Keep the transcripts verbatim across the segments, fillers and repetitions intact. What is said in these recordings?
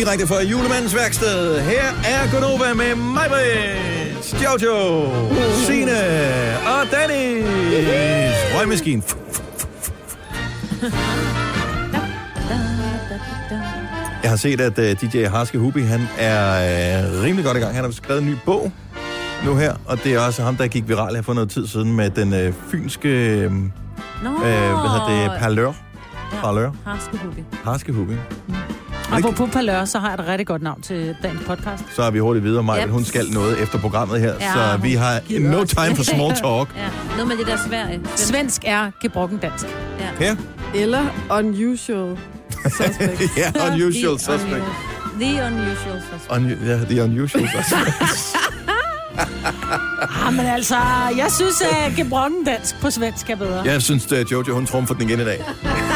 Direkte fra Julemandens værksted. Her er Gonova med mig, Britt, Jojo, Signe og Dennis. Røgmaskine. Jeg har set, at uh, D J Harske Hubi, han er uh, rimelig godt i gang. Han har skrevet en ny bog nu her, og det er også ham, der gik viral her for noget tid siden med den uh, fynske, uh, Nå. uh, hvad hedder det, parlør. Ja. Parlør. Harske Hubi. Harske Hubi. Mm. Og på, på Parlør, så har jeg et rigtig godt navn til dagens podcast. Så er vi hurtigt videre. Maja, Yep. hun skal noget efter programmet her, Ja, så vi har no time for small talk. Ja, noget med det der Sverige. Svensk er gebrokken dansk. Ja. Her? Eller unusual suspect. Ja, unusual The suspect. unu- The unusual suspect. Un- ja, the unusual suspect. Ah, men altså, jeg synes, at gebrokken dansk på svensk er bedre. Jeg synes, at Jojo, hun trumfer den igen i dag.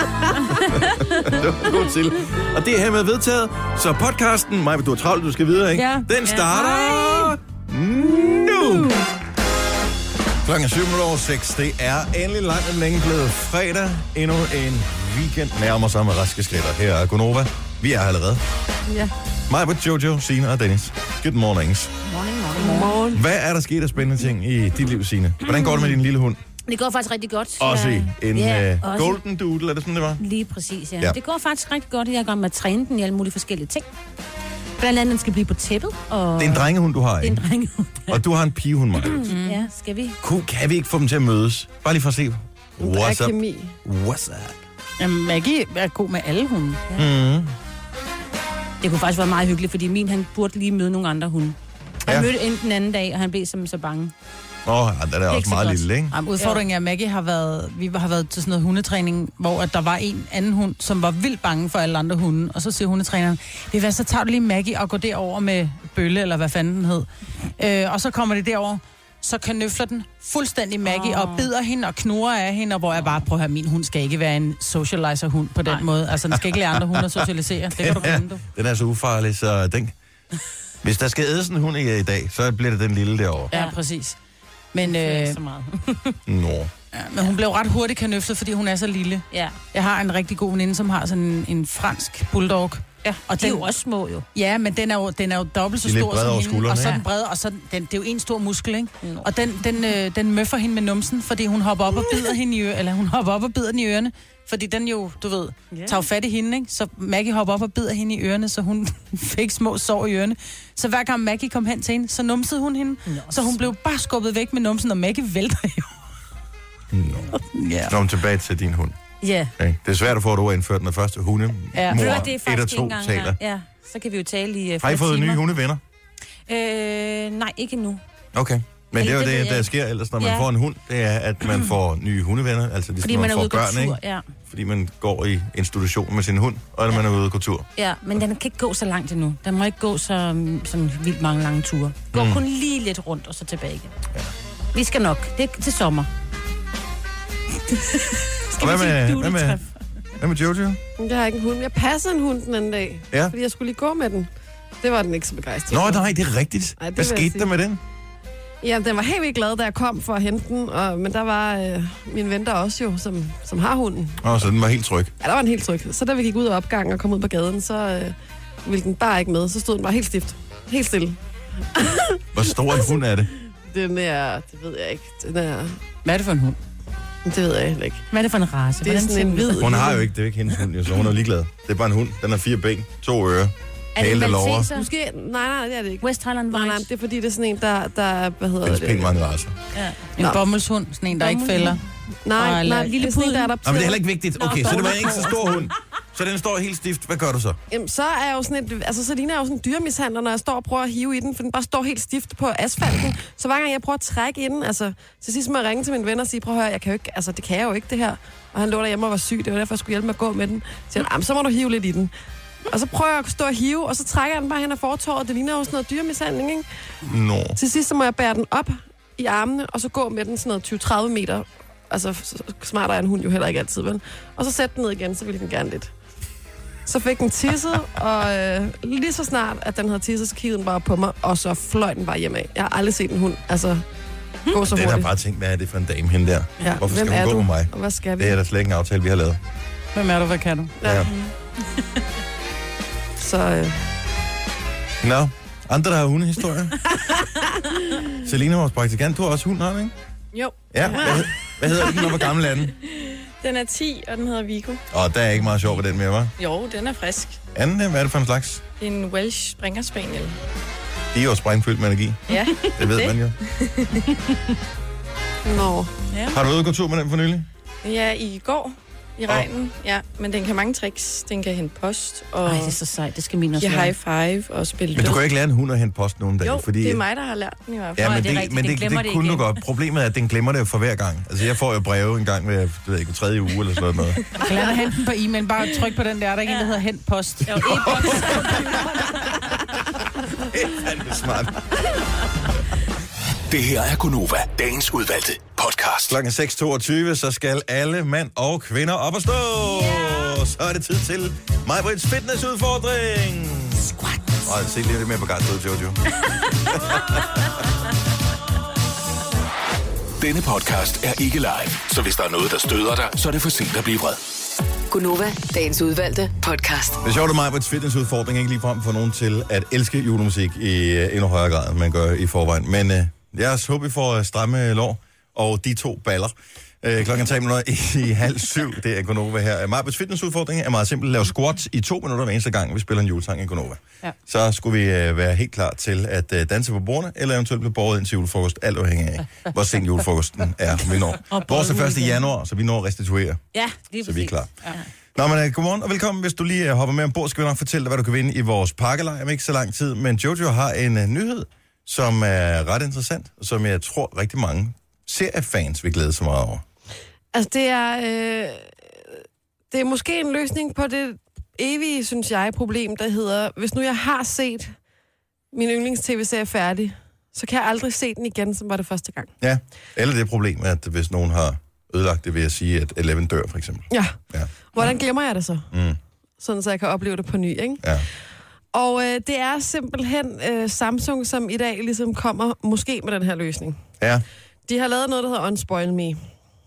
Det var god til. Og det er hermed vedtaget. Så podcasten, Maja, du er travlt, du skal videre, ikke? Ja. Den starter nu. Klokken er syv minutter over seks. Det er endelig langt og længe blevet fredag. Endnu en weekend nærmer sig med raske skritter. Her er Gonova. Vi er her allerede. Ja. Maja, Jojo, Signe og Dennis. Good mornings. Morning, morning. Morgen. Hvad er der sket af spændende ting i dit liv, Signe? Hvordan går det med din lille hund? Det går faktisk rigtig godt. Også Ja. i en Ja, uh, også. golden doodle, er det sådan, det var? Lige præcis, ja. Ja. ja. Det går faktisk rigtig godt. Jeg er i gang med at træne den i alle mulige forskellige ting. Blandt andet, den skal blive på tæppet. Og Det er en drengehund, du har, det er en ikke? drengehund. Og du har en pigehund, Maja. Mm. Ja, skal vi? Kunne- Kan vi ikke få dem til at mødes? Bare lige for at se. Der er What's up? kemi. What's up? Jamen, Maggie er god med alle hunde. Mm. Det kunne faktisk være meget hyggeligt, fordi min, han burde lige møde nogle andre hunde. Han Ja. mødte en den anden dag, og han blev simpelthen så bange. Åh, oh, ja, den er også ikke så meget godt. lille, ikke? Jamen, udfordringen er, at Maggie har været, vi har været til sådan noget hundetræning, hvor at der var en anden hund, som var vildt bange for alle andre hunde. Og så siger hundetræneren, det hvad, så tager du lige Maggie og går derover med Bølle, eller hvad fanden den hed. Øh, og så kommer det derover, så kanøfler den fuldstændig Maggie, Oh. og bider hende og knurrer af hende, og hvor jeg bare prøver at høre, min hund skal ikke være en socializer-hund på den Nej. måde. Altså, den skal ikke lære andre hunde at socialisere. Det kan du glemme, du. Den er så ufarlig, så den... Hvis der skal ædes en hund i i dag, så bliver det den lille derovre. Ja, Ja. præcis. Men, Det er øh, så meget. Nå. ja, men hun blev ret hurtigt kanøflet, fordi hun er så lille. Ja. Jeg har en rigtig god veninde, som har sådan en, en fransk bulldog. Ja, og de er den, jo også små, jo. ja, men den er jo, den er jo dobbelt så De er lidt stor brede som over hende. skuldrene, Og så er ja. den bred, og så den, den, det er jo en stor muskel, ikke? Mm. Og den, den, øh, den møffer hende med numsen, fordi hun hopper op og bider hende i ørerne, eller hun hopper op og bider den i ørerne. Fordi den jo, du ved, Yeah. tager fat i hende, ikke? Så Maggie hopper op og bider hende i ørerne, så hun fik små sår i ørerne. Så hver gang Maggie kom hen til hende, så numsede hun hende. Nå, Så hun blev bare skubbet væk med numsen, og Maggie vælter jo. Nå. Ja. Kom tilbage til din hund. Ja. Okay. Det er svært at få et ord indført, den første hunde. Ja. Mor, Ved du hvad, det er et og faktisk ikke to engang taler. her. Ja, så kan vi jo tale i uh, Har I fået timer. nye hundevenner? Øh, nej, ikke nu. Okay. Men det er jo det ved det, jeg der ikke. sker ellers, når man Ja. får en hund. Det er, at man får nye hundevenner. Altså ligesom Fordi man, man er får ude på børn, tur, ikke? ja. Fordi man går i institution med sin hund, og ja. man er ude på tur. Ja, men den kan ikke gå så langt endnu. Den må ikke gå så sådan vildt mange lange ture. Gå Mm. mm. kun lige lidt rundt, og så tilbage igen. Ja. Vi skal nok. Det er til sommer. skal Og hvad vi med, til hvad med, juletræf? hvad med Jojo? Jeg har ikke en hund. Jeg passer en hund den anden dag, Ja. fordi jeg skulle lige gå med den. Det var den ikke så begejstret Nå, for. nej, det er rigtigt. Ej, det Hvad vil jeg skete sige. der med den? Ja, den var helt vildt glad, da jeg kom for at hente den. Og, men der var øh, min ven der også jo, som, som har hunden. Åh, så den var helt tryg. Ja, der var en helt tryg. Så da vi gik ud af opgangen og kom ud på gaden, så øh, ville den bare ikke med. Så stod den bare helt stift. Helt stille. Hvor stor en hund er det? Den er, det ved jeg ikke. Den er, Hvad er det for en hund? det ved jeg heller ikke. Hvad er det for en race? Det er Hvordan sådan ser en den ud? hvid. Hun har jo ikke, det er jo ikke hendes hund, jo, så hun er ligeglad. Det er bare en hund. Den har fire ben, to ører, Er det en hale, der lover. Malteser? Måske, nej, nej, det er det ikke. West Highland Nej, nej, White? det er fordi, det er sådan en, der, der hvad hedder Det er pænt det? mange racer. Ja. En Nå. bomuldshund, sådan en, der ikke Bomuldshund. fælder. Nej, Eller nej, en lille lille pudel, der er Nå, men det er adopteret. heller ikke vigtigt. Okay, så det var ikke så stor hund. Så den står helt stift. Hvad gør du så? Jamen, så er jeg jo sådan et, altså så ligner jeg jo sådan en dyrmishandler, når jeg står og prøver at hive i den, for den bare står helt stift på asfalten. Så hver gang jeg prøver at trække i den, altså til sidst må jeg ringe til min ven og sige, prøv at høre, jeg kan jo ikke, altså det kan jeg jo ikke det her. Og han lå derhjemme og var syg, det var derfor, jeg skulle hjælpe med at gå med den. Så jeg, så må du hive lidt i den. Og så prøver jeg at stå og hive, og så trækker jeg den bare hen ad fortovet. Det ligner jo sådan noget dyrmishandling, ikke? Nå. Til sidst så må jeg bære den op i armene, og så gå med den sådan noget tyve til tredive meter. Altså, så smartere er en hund jo heller ikke altid, vel? Og så sætte den ned igen, så ville den gerne lidt. Så fik den tisset, og øh, lige så snart, at den havde tisset, så kiggede den bare på mig, og så fløj den bare hjemme af. Jeg har aldrig set en hund, altså, gå så Den har hurtigt. bare tænkt, hvad er det for en dame, hende der? Ja, Hvorfor hvem skal er hun gå du? med mig? Og hvad skal vi? Det er da slet ikke en aftale, vi har lavet. Hvem er du, hvad kan du? Ja. Så, øh, Nå, andre, der har hundehistorier. Selina, vores praktikant, du har også hund, har du ikke? Jo. Ja, hvad, hed, hvad hedder den, og hvor gammel er den? Den er ti, og den hedder Vigo. Og der er ikke meget sjov ved den mere, hva'? Jo, den er frisk. Anden, hvad er det for en slags? Det er en Welsh Springer Spaniel. De er jo sprængfyldt med energi. Ja. Det ved det. man jo. Nå. Ja. Har du ude og gå tur med den for nylig? Ja, i går i regnen. Ja, men den kan mange tricks. Den kan hente post og Ej, det er så sejt. Det skal min også give være. high five og spille Men du død. kan jo ikke lære en hund at hente post nogen dag. Jo, fordi... det er mig, der har lært den i hvert fald. Ja, Nå, men det er det, rigtigt. men Den det, glemmer det det kunne du igen. godt. Problemet er, at den glemmer det for hver gang. Altså, jeg får jo breve en gang med, jeg ved ikke, tredje uge eller sådan noget. Kan lade dig hente den på e-mail. Bare tryk på den der. Der er ikke en, der hedder hent post. Jo, e-boks. Det er fandme smart. Det her er Gonova, dagens udvalgte podcast. Klokken seks toogtyve, så skal alle mænd og kvinder op og stå. Yeah. Så er det tid til Majbrits fitnessudfordring. Squat. Og se lige lidt mere på gang ud, Jojo. Denne podcast er ikke live, så hvis der er noget, der støder dig, så er det for sent at blive vred. Gonova, dagens udvalgte podcast. Det er sjovt, at Majbrits fitnessudfordring ikke ligefrem får nogen til at elske julemusik i uh, endnu højere grad, end man gør i forvejen. Men uh, jeg håber, vi får uh, stramme lår og de to baller. Uh, klokken tre minutter i, i halv syv, det er Gonova her. Majbrits fitnessudfordring er meget simpelt. Lave squats i to minutter hver eneste gang, vi spiller en julesang i Gonova. Ja. Så skulle vi uh, være helt klar til at uh, danse på bordene, eller eventuelt blive båret ind til julefrokost, alt afhængig af, hvor sent julefrokosten er, vi når. Vores er først i januar, så vi når at restituere, Ja, lige så vi er præcis. klar. Ja. Nå, men uh, godmorgen og velkommen. Hvis du lige uh, hopper med ombord, skal vi nok fortælle dig, hvad du kan vinde i vores pakkelejr om ikke så lang tid. Men Jojo har en uh, nyhed, som er ret interessant, og som jeg tror rigtig mange seriefans vil glæde sig meget over. Altså, det er, øh, det er måske en løsning på det evige, synes jeg, problem, der hedder, hvis nu jeg har set min yndlings-tv-serie færdig, så kan jeg aldrig se den igen, som var det første gang. Ja, eller det problem, at hvis nogen har ødelagt det ved at sige, at Eleven dør, for eksempel. Ja. Ja. Hvordan glemmer jeg det så? Mm. Sådan, så jeg kan opleve det på ny, ikke? Ja. Og øh, det er simpelthen øh, Samsung, som i dag ligesom kommer måske med den her løsning. Ja, De har lavet noget, der hedder Unspoil Me.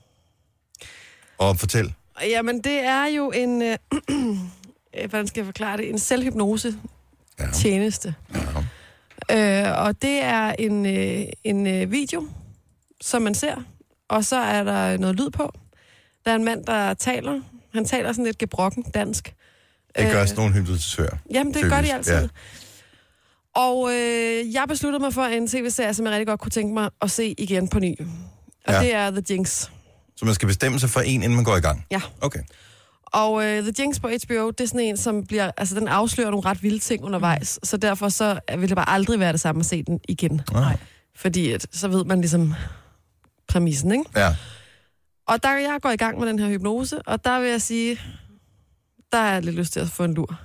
og fortæl. Jamen, det er jo en, øh, hvordan skal jeg forklare det, en selvhypnose-tjeneste. Ja. Øh, og det er en, øh, en øh, video, som man ser, og så er der noget lyd på. Der er en mand, der taler. Han taler sådan lidt gebrokken dansk. Det gør Øh, sådan nogle hypnotisører. Jamen, det Typisk, gør de altid. ja. Ja. Og øh, jeg besluttede mig for en tv-serie, som jeg rigtig godt kunne tænke mig at se igen på ny. Og Ja. det er The Jinx. Så man skal bestemme sig for en, inden man går i gang? Ja. Okay. Og øh, The Jinx på H B O, det er sådan en, som bliver, altså den afslører nogle ret vilde ting undervejs. Så derfor så vil det bare aldrig være det samme at se den igen. Nej. Fordi at, så ved man ligesom præmissen, ikke? Ja. Og der jeg går i gang med den her hypnose, og der vil jeg sige, der er jeg lidt lyst til at få en lur.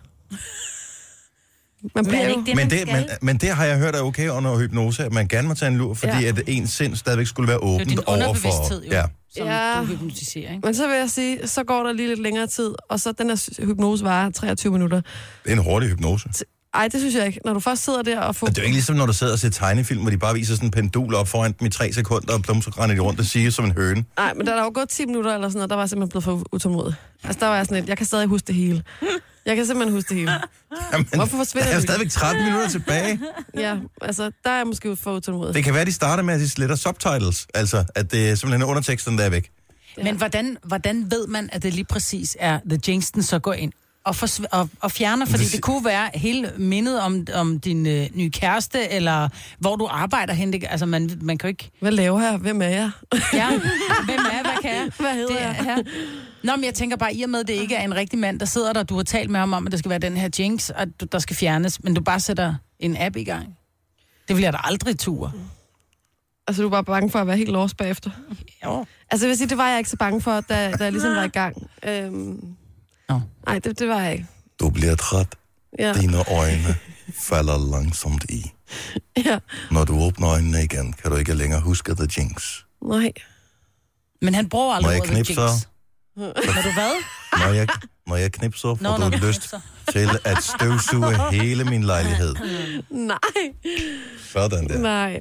Man Men er bliver det jo... ikke det, Men man det, skal? men, men det har jeg hørt er okay under hypnose, at man gerne må tage en lur, fordi Ja. at ens sind stadigvæk skulle være Det er åbent din over underbevidsthed, jo, for... Ja. som Ja. du hypnotiserer, ikke? Men så vil jeg sige, så går der lige lidt længere tid, og så den her hypnose varer treogtyve minutter. Det er en hurtig hypnose. Ej, det synes jeg ikke. Når du først sidder der og får... Men det er jo ikke ligesom, når du sidder og ser tegnefilm, hvor de bare viser sådan en pendul op foran dem i tre sekunder, og plum, så render de rundt og siger som en høne. Nej, men da der var gået ti minutter eller sådan noget, der var jeg simpelthen blevet for utålmodig. Altså, der var jeg sådan lidt, jeg kan stadig huske det hele. Jeg kan simpelthen huske det hele. Jamen, Hvorfor forsvinder der er jo det? stadigvæk tretten minutter tilbage. Ja, altså, der er jeg måske for utålmodig. Det kan være, at de starter med, at de sletter subtitles. Altså, at det er simpelthen underteksten, der er væk. Ja. Men hvordan, hvordan ved man, at det lige præcis er The Jinx, den så går ind og, forsv- og, og fjerner? Fordi Det- det kunne være hele mindet om, om din øh, nye kæreste, eller hvor du arbejder hen. Det- Altså, man, man kan jo ikke... Hvad laver jeg? Hvem er jeg? Ja, hvem er jeg? Hvad kan jeg? Hvad hedder det, jeg? Ja. Nå, men jeg tænker bare, i og med, at det ikke er en rigtig mand, der sidder der, du har talt med ham om, at det skal være den her Jinx, og du- der skal fjernes, men du bare sætter en app i gang. Det vil jeg da aldrig ture. Altså, du er bare bange for at være helt lost bagefter. Jo. Altså, jeg vil sige, det var jeg ikke så bange for, da, da jeg ligesom var i gang. Øhm... Nå. Nej, det, det var jeg ikke. Du bliver træt. Ja. Dine øjne falder langsomt i. Ja. Når du åbner øjnene igen, kan du ikke længere huske The Jinx. Nej. Men han bruger Må aldrig jeg ordet knipse? Jinx. Når du hvad? Når jeg, når jeg knipser, får Nå, du når du lyst knipser. til at støvsuge hele min lejlighed. Nej. Sådan der. Nej.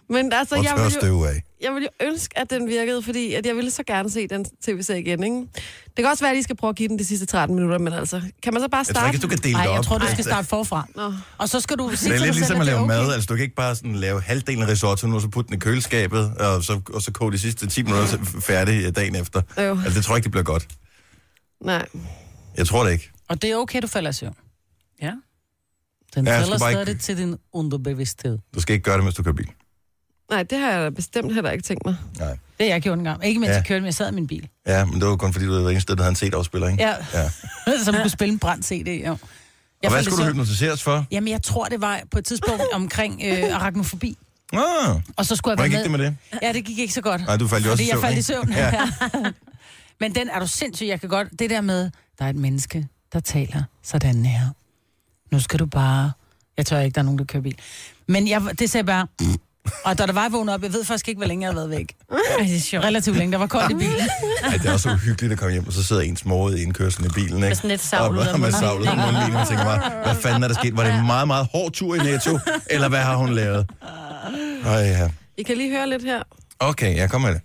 Men altså, Og jeg tør vil, jo, støv af. jeg vil jo ønske, at den virkede, fordi at jeg ville så gerne se den tv-serie igen, ikke? Det kan også være, at I skal prøve at give den de sidste tretten minutter, men altså, kan man så bare Jeg starte? tror ikke, at du kan dele Nej, det op. jeg tror, du skal starte forfra. Nå. Og så skal du sige Det er til dig lidt selv, ligesom at det lave er mad. okay. Altså, du kan ikke bare sådan lave halvdelen af risotto, nu så putte den i køleskabet, og så, og så koge de sidste ti minutter færdig dagen efter. Jo. Altså, det tror jeg ikke, det bliver godt. Nej. Jeg tror det ikke. Og det er okay, du falder i søvn. Ja. Den Ja, jeg falder skal bare stadig ikke- til din underbevidsthed. Du skal ikke gøre det, mens du kører bil. Nej, det har jeg da bestemt heller ikke tænkt mig. Nej. Det har jeg gjort en gang. Ikke mens Ja. jeg kørte, men jeg sad i min bil. Ja, men det var kun fordi, du var eneste sted, der havde en C D-afspiller, ikke? Ja. Ja. Som kunne spille en brændt C D, jo. Jeg Og hvad faldt i skulle du søvn. hypnotiseres for? Jamen, jeg tror, det var på et tidspunkt omkring øh, arachnofobi. Ah, Og så skulle jeg hvordan være gik med... det med det? Ja, det gik ikke så godt. Nej, du faldt jo også Fordi i søvn, jeg faldt i ikke? søvn. Ja. Ja. Men den er du sindssyg. Jeg kan godt... Det der med, der er et menneske, der taler sådan her. Nu skal du bare... Jeg tør ikke, der er nogen, der kører bil. Men jeg, det sagde bare... Og da der var jeg vågnet op, jeg ved faktisk ikke, hvor længe jeg har været væk. Ej, det er sjovt. Relativt længe, der var koldt i bilen. Ej, det er også uhyggeligt at komme hjem, og så sidder ens mor i indkørslen i bilen, ikke? Med sådan lidt savl ud af Og med munden. savl ud af munden, og tænker bare, hvad fanden er der sket? Var det en meget, meget hård tur i Netto, eller hvad har hun lavet? Ej, ja. I kan lige høre lidt her. Okay, jeg kommer med det.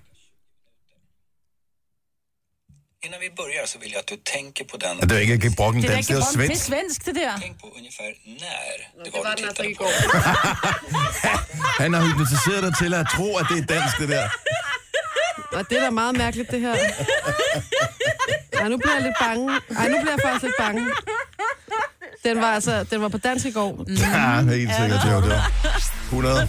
Innan vi börjar så vill jag att du tänker på den. Ja, det er ikke ikke brokken Det er dans, ikke det er det er svensk. svensk, det der. Tänk på ungefär när det Det var var den du altså tittade i på. går. Han har hypnotiseret dig til at tro, at det er dansk, det der. Og det er da meget mærkeligt, det her. Ej, nu bliver jeg lidt bange. Ej, nu bliver jeg faktisk lidt bange. Den var altså, den var på dansk i går. Ja, helt sikkert, det var det. hundrede.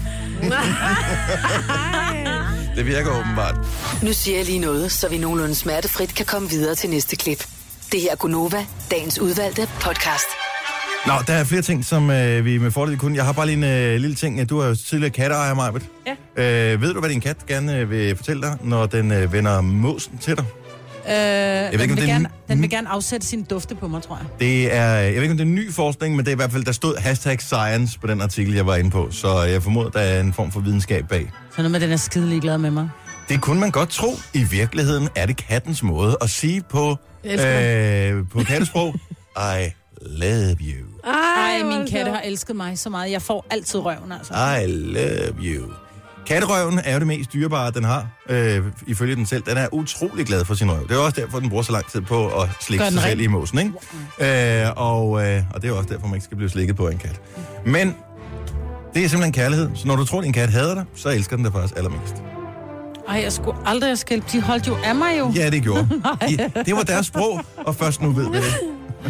Det virker åbenbart. Nu siger jeg lige noget, så vi nogenlunde smertefrit kan komme videre til næste klip. Det her er Gunova, dagens udvalgte podcast. Nå, der er flere ting, som øh, vi med fordel kunne. Jeg har bare lige en øh, lille ting. Du er jo tidligere katteejer, Majbert. Ja. Øh, ved du, hvad din kat gerne øh, vil fortælle dig, når den øh, vender måsen til dig? Øh, den, ikke, om vil det er gerne, n- den vil gerne afsætte sin dufte på mig, tror jeg. Det er, jeg ved ikke, om det er ny forskning, men det er i hvert fald, der stod hashtag science på den artikel, jeg var inde på. Så jeg formoder, der er en form for videnskab bag. Så noget med, den er skidelig glad med mig. Det kunne man godt tro. I virkeligheden er det kattens måde at sige på, øh, på kattesprog, I love you. Ej, hvor er min det katte sjovt. har elsket mig så meget. Jeg får altid røven, altså. I love you. Katterøven er jo det mest dyrebare, den har, øh, ifølge den selv. Den er utrolig glad for sin røv. Det er også derfor, den bruger så lang tid på at slikke Gør den sig selv ren. i måsen, ikke? Øh, og, øh, og det er også derfor, man ikke skal blive slikket på af en kat. Men det er simpelthen kærlighed. Så når du tror, din kat hader dig, så elsker den dig faktisk allermest. Ej, jeg skulle aldrig have skældt. De holdt jo af mig jo. Ja, det gjorde. I, det var deres sprog, og først nu ved vi det.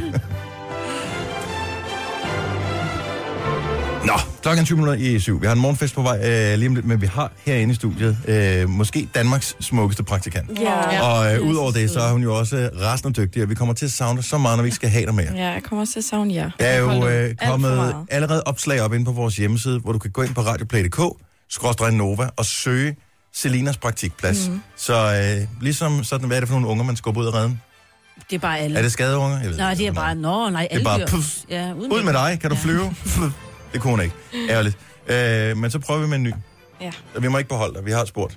Nå, klokken tyve minutter i syv. Vi har en morgenfest på vej øh, lige om lidt, men vi har herinde i studiet øh, måske Danmarks smukkeste praktikant. Ja. Og øh, udover det, så er hun jo også rasende dygtig, og vi kommer til at savne så meget, når vi ikke skal have dig mere. Ja, jeg kommer også til at savne jer. Der er jo Hold nu. øh, Alt for kommet meget. allerede opslag op inde på vores hjemmeside, hvor du kan gå ind på radioplay punktum d k, skråstreg Nova, og søge Selinas praktikplads. Mhm. Mm. Så øh, ligesom sådan, hvad er det for nogle unger, man skubber ud af redden? Det er bare alle. Er det skadeunger? Jeg ved Nej, ikke, det er hvad bare, nå, nej, alle bare dyr. puff. Ja, uden Ud med dig, kan du Ja. flyve? Det kunne hun ikke. Ærgerligt. Øh, men så prøver vi med en ny. Ja. Vi må ikke beholde dig, vi har spurgt.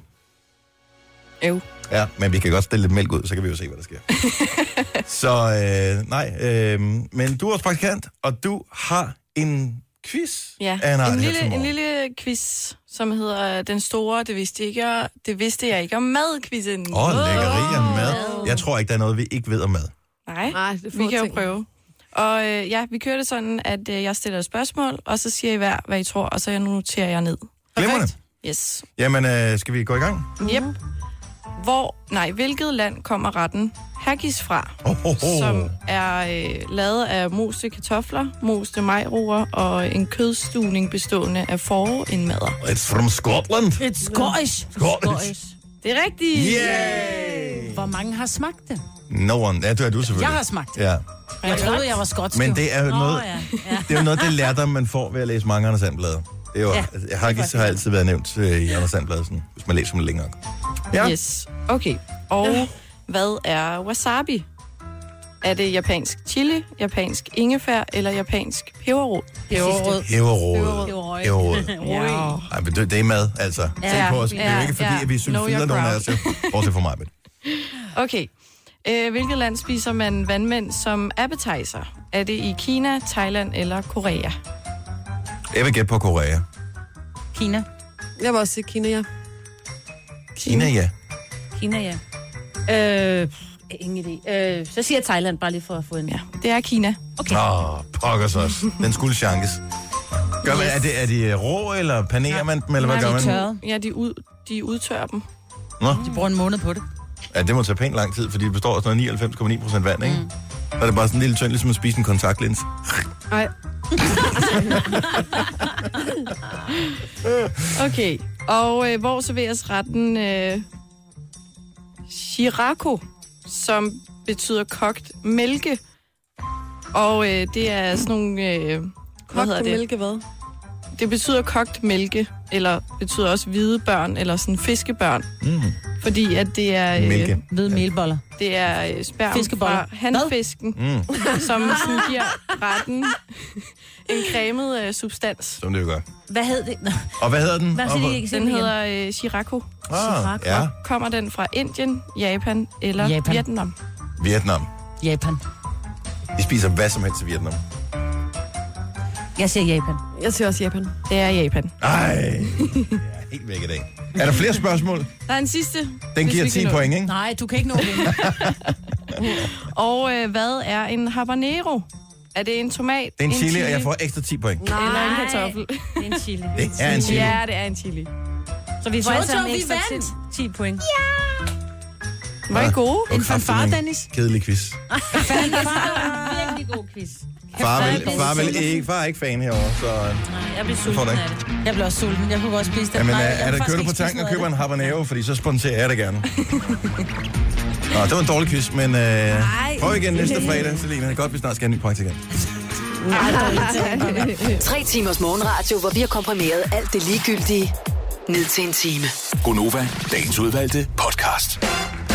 Øv. Ja, men vi kan godt stille lidt mælk ud, så kan vi jo se, hvad der sker. så øh, nej, øh, men du er også praktikant, og du har en quiz Ja, af en art en her lille, til en morgen. lille quiz, som hedder Den Store, det vidste, jeg ikke, det vidste jeg ikke om mad-quizzen. Åh, oh, lækkeri af mad. Jeg tror ikke, der er noget, vi ikke ved om mad. Nej, Nej, det er få vi kan jo ting. prøve. Og øh, ja, vi kører det sådan, at øh, jeg stiller et spørgsmål, og så siger I hver, hvad I tror, og så noterer jeg ned. Glimrende. Yes. Jamen, øh, skal vi gå i gang? Yep. Hvor, nej, hvilket land kommer retten haggis fra? Oh, oh, oh. Som er øh, lavet af moste kartofler, moste majroer og en kødstuvning bestående af fåreindmadder. It's from Scotland. It's Scottish. Scottish. Det er rigtigt! Yay! Hvor mange har smagt det? No one. Ja, du er du selvfølgelig. Jeg har smagt det. Ja. Jeg troede, jeg var skotsk. Men jo. det er jo Nå, noget, ja. Ja. det er jo noget, det lærdom, man får ved at læse mange Anders Sandblade. Det er jo, Ja, ja, haggis har altid været nævnt øh, i Anders Sandblade, sådan, hvis man læser dem længere. Ja. Yes. Okay. Og hvad er wasabi? Er det japansk chili, japansk ingefær eller japansk peberrod? Peberrød. Hæverråd. Peberrød. Hæverråd. Ja. Ej, men det, det er mad, altså. Ja. Ja. På os. Det er jo Ja, ikke fordi, ja. at vi synes, Know at your nogen af crowd. os, jo. Bortset for mig. Men. Okay. Øh, hvilket land spiser man vandmænd som appetizer? Er det i Kina, Thailand eller Korea? Jeg vil gætte på Korea. Kina. Jeg vil også sige Kina, ja. Kina, ja. Kina, ja. Øh, ingen idé. Øh, så siger jeg Thailand, bare lige for at få en... Ja, det er Kina. Okay. Åh, oh, pokkers også. Den skulle chankes. Gør man, er, det, er de rå, eller panerer man dem, eller hvad gør man? Tørret. Ja, de, ud, de udtørrer dem. Nå? De bruger en måned på det. Ja, det må tage pænt lang tid, fordi det består af sådan noget nioghalvfems komma ni procent vand, ikke? Mm. Så er det bare sådan en lille tynd, ligesom at spise en kontaktlins. Nej. Okay, og øh, hvor serveres retten øh, shirako, som betyder kogt mælke. Og øh, det er sådan nogle... Øh, hvad hedder Kogt det? mælke hvad? Det betyder kogt mælke, eller betyder også hvide børn, eller sådan fiskebørn. Mm. Fordi at det er... Øh, Mælke. Hvide melboller. Det er øh, sperm Fiskeboller. fra hanfisken, Mm. som sådan giver retten en cremet øh, substans. Som det jo gør. Hvad hed det? Nå, Og hvad hedder den? hvad siger de ikke? Den hedder øh, shirako. Ah, ja. Kommer den fra Indien, Japan eller Japan. Vietnam? Vietnam. Japan. De spiser hvad som helst i Vietnam. Jeg siger Japan. Jeg siger også Japan. Det er Japan. Ej, jeg er helt væk i dag. Er der flere spørgsmål? Der er en sidste. Den hvis giver vi ti kan nå. point, ikke? Nej, du kan ikke nå det. Og øh, hvad er en habanero? Er det en tomat? Det er en chili, og jeg får ekstra ti point. Eller en kartoffel? Det er en chili. Det er en chili. Ja, det er en chili. Så vi får Jojo, alle sammen vi ekstra vandt. ti point. Var I gode? Og En fanfare, kraftigt Dennis. Kedelig quiz. Virkelig god quiz. Far, vil, far, vil ikke, far er ikke fan herovre, så... Nej, jeg bliver får sulten du af ikke. det. Jeg bliver også sulten. Jeg kunne godt spise det. Jamen, Nej, er, jeg er vil der faktisk kører du ikke på spise tanken og noget af køber en habanero, fordi så sponsorer jeg det gerne. Nå, det var en dårlig quiz, men øh, prøv igen næste fredag, Selina. Det er godt, vi snart skal have en ny praktikant. Tre timers morgenradio, hvor vi har komprimeret alt det ligegyldige ned til en time. Gonova, dagens udvalgte podcast.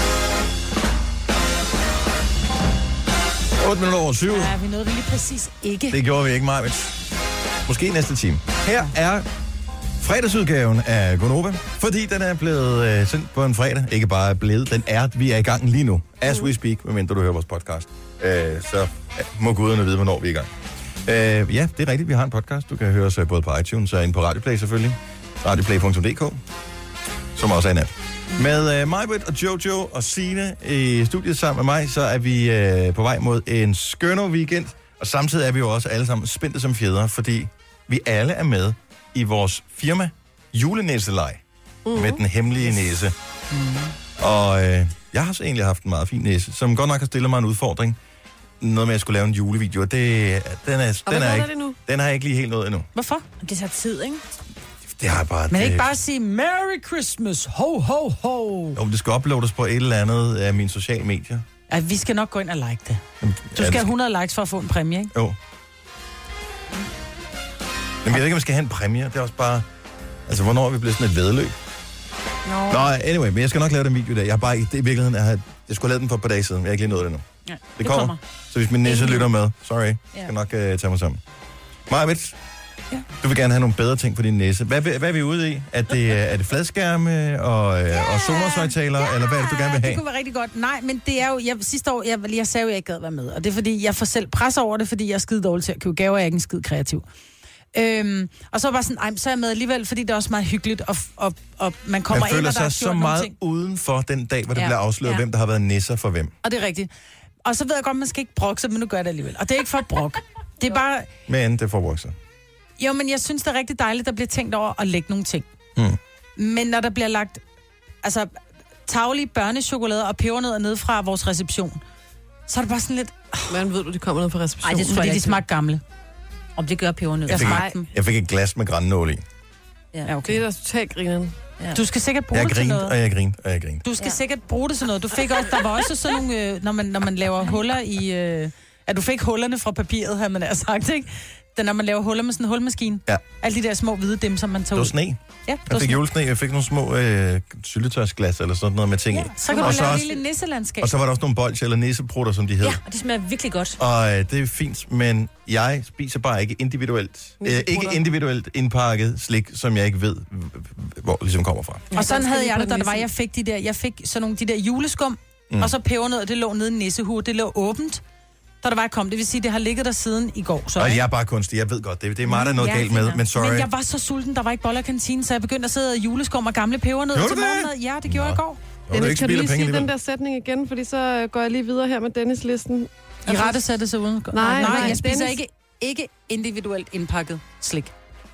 otte minutter over syv. Ja, vi nåede det lige præcis ikke. Det gjorde vi ikke, Marvind. Måske næste time. Her er fredagsudgaven af Gonova, fordi den er blevet øh, sendt på en fredag. Ikke bare blevet, den er, vi er i gang lige nu. As we speak, medmindre du hører vores podcast. Øh, så ja, må guderne vide, hvornår vi er i gang. Øh, ja, det er rigtigt, vi har en podcast. Du kan høre os både på iTunes og inde på Radioplay selvfølgelig. radioplay punktum d k, som også er en app. Med øh, Majbrit og Jojo og Signe i studiet sammen med mig, så er vi øh, på vej mod en skønner weekend. Og samtidig er vi jo også alle sammen spændte som fjeder, fordi vi alle er med i vores firma julenæsselej mm-hmm. med den hemmelige næse. Mm-hmm. Og øh, jeg har så egentlig haft en meget fin næse, som godt nok har stillet mig en udfordring. Noget med, at jeg skulle lave en julevideo, og det, den, er, den, er ikke, det nu? den har jeg ikke lige helt nået endnu. Hvorfor? Det tager tid, ikke? Det har jeg bare... Men det, ikke bare sige Merry Christmas, ho, ho, ho. Jo, det skal uploades på et eller andet af mine sociale medier. Ja, vi skal nok gå ind og like det. Jamen, Du ja, skal det have hundrede likes for at få en præmie, ikke? Jo. Men jeg ved ikke, om vi skal have en præmie. Det er også bare... Altså, hvornår er vi blevet sådan et væddeløb? No. Nå, anyway, men jeg skal nok lave den video i dag. Jeg har bare ikke... Det, i virkeligheden, jeg, har, jeg skulle have lavet den for et par dage siden. Jeg har ikke lige nået det endnu. Ja, Det, det kommer. kommer. Så hvis min næse lytter med, sorry, jeg Ja. skal nok uh, tage mig sammen. Majbrit, Ja. du vil gerne have nogle bedre ting for din næse. Hvad, hvad er vi ude i? Er det, er det fladskærme og, yeah. og sonoshøjtalere, yeah. eller hvad er det, du gerne vil have? Det kunne være rigtig godt. Nej, men det er jo... Jeg, sidste år, jeg, jeg sagde jo, at jeg ikke gad være med. Og det er fordi, jeg får selv pres over det, fordi jeg er skide dårlig til at købe gaver, og jeg er ikke en skide kreativ. Øhm, og så var bare sådan, ej, så er jeg med alligevel, fordi det er også meget hyggeligt, og, og, og man kommer Man ind, føler og der er sig gjort så nogle meget ting. udenfor den dag, hvor det Ja. bliver afsløret, Ja. hvem der har været nisser for hvem. Og det er rigtigt. Og så ved jeg godt, man skal ikke brokke sig, men nu gør jeg det alligevel. Og det er ikke for at brokke. Det er bare... Men det får brugt sig. Jo, men jeg synes, det er rigtig dejligt, der bliver tænkt over at lægge nogle ting. Hmm. Men når der bliver lagt altså, taglige børnechokolader og pebernødder ned fra vores reception, så er det bare sådan lidt... Hvordan ved du, de kommer ned fra receptionen? Ej, det tror Fordi jeg de ikke. smagte gamle. Om det gør pebernødder. Jeg fik, smagte dem. jeg fik et glas med grannål i. Ja. Ja, okay. Det er da totalt grineren. Ja. Du skal sikkert bruge Jeg det til grinte, noget. og jeg grinte, og jeg grinte. Du skal Ja. ja. sikkert bruge det til noget. Du fik også, der var også sådan nogle, øh, når, man, når man laver huller i... Øh, at du fik hullerne fra papiret, har man sagt, ikke? Det, når man laver huller med sådan en hulmaskine. Ja. Alle de der små hvide dem, som man tager Det var ud. sne. Ja, det Jeg var fik sne. julesne, jeg fik nogle små øh, syltetøjsglas eller sådan noget med ting Ja, i. så kan Og du så lave et også- lille nisselandskab. Og så var der også nogle bolsjer eller nisseprutter, som de hed. Ja, og det smager virkelig godt. Og øh, det er fint, men jeg spiser bare ikke individuelt, øh, ikke Nisseprutter. individuelt indpakket slik, som jeg ikke ved, hvor det ligesom kommer fra. Og sådan den havde skal jeg lige det, på da det var, nissen. jeg fik de der, jeg fik sådan nogle de der juleskum, Mm. mm. og så pebernødder, det lå nede i nissehue, det lå åbent. da der var, jeg kom. Det vil sige, det har ligget der siden i går. Så, Og jeg er bare kunstig, jeg ved godt, det, det er meget, der er noget Ja, galt med, fint. men sorry. Men jeg var så sulten, der var ikke boller i kantinen, så jeg begyndte at sidde og juleskum og gamle pebernødder Gjorde til du det? morgenmad. Ja, det gjorde Nå. jeg i går. Nå, det er Dennis, ikke kan du spild af lige penge sige den alligevel. der sætning igen, fordi så går jeg lige videre her med Dennis-listen. I rette sætte sig uden. Nej, nej, nej, jeg spiser Dennis- ikke, ikke individuelt indpakket slik.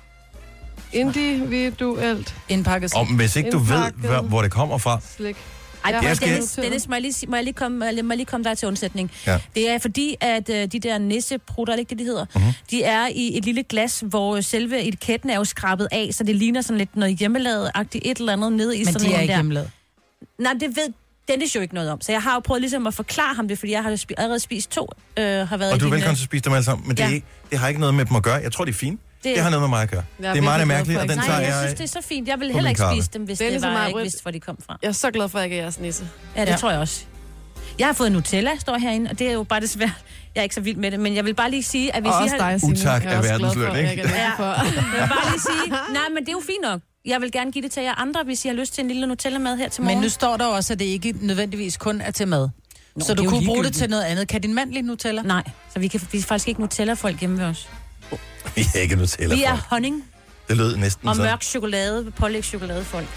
Individuelt Indpakket slik. Og hvis ikke du ved, Indpakket. hvor, hvor det kommer fra, slik. Ej, Ja, prøv, jeg skal- Dennis, Dennis, må jeg lige, sige- må jeg lige komme, må jeg lige komme dig til undsætning? Ja. Det er fordi, at øh, de der nisseprutter, er det ikke det, de hedder? Mhm. Mm-hmm. De er i et lille glas, hvor selve etiketten er jo skrabet af, så det ligner sådan lidt noget hjemmelavet-agtigt et eller andet nede i Men sådan de er en ikke der. hjemmelavet. Nej, det ved Dennis jo ikke noget om. Så jeg har jo prøvet ligesom at forklare ham det, fordi jeg har jo spi- allerede spist to, øh, har været og i du er din, velkommen til at spise dem alle sammen, men det, er Ja. ikke, det har ikke noget med dem at gøre. Jeg tror, det er fint. Det, Det- det har noget med mig at gøre. Jeg er Det er meget virkelig glad mærkeligt, for, og den at- tager Nej, jeg jeg... synes, det er så fint. Jeg vil på heller min ikke kappe. spise dem, hvis Dennis det og var, mig, jeg ikke Britt. vidste, hvor de kom fra. Jeg er så glad for, at jeg ikke er jeres nisse. Ja, det Ja. tror jeg også. Jeg har fået Nutella, står herinde, og det er jo bare det svært. Jeg er ikke så vild med det, men jeg vil bare lige sige, at hvis Og I også har... dig, Signe. Utak Jeg er er også glad verdensløn, for, at jeg ikke? er nisse for. Jeg vil bare lige sige, nej, men det er jo fint nok. Jeg vil gerne give det til jer andre, hvis I har lyst til en lille Nutella-mad her til morgen. Men nu står der også, at det ikke nødvendigvis kun er til mad. Nå, så det du er jo kunne bruge det ligegyldigt. til noget andet. Kan din mand lide Nutella? Nej, så vi, kan, vi er faktisk ikke Nutella-folk hjemme ved os. Vi er ikke Nutella Vi er folk. honning Det lød næsten og sådan. mørk chokolade, pålægschokolade-folk.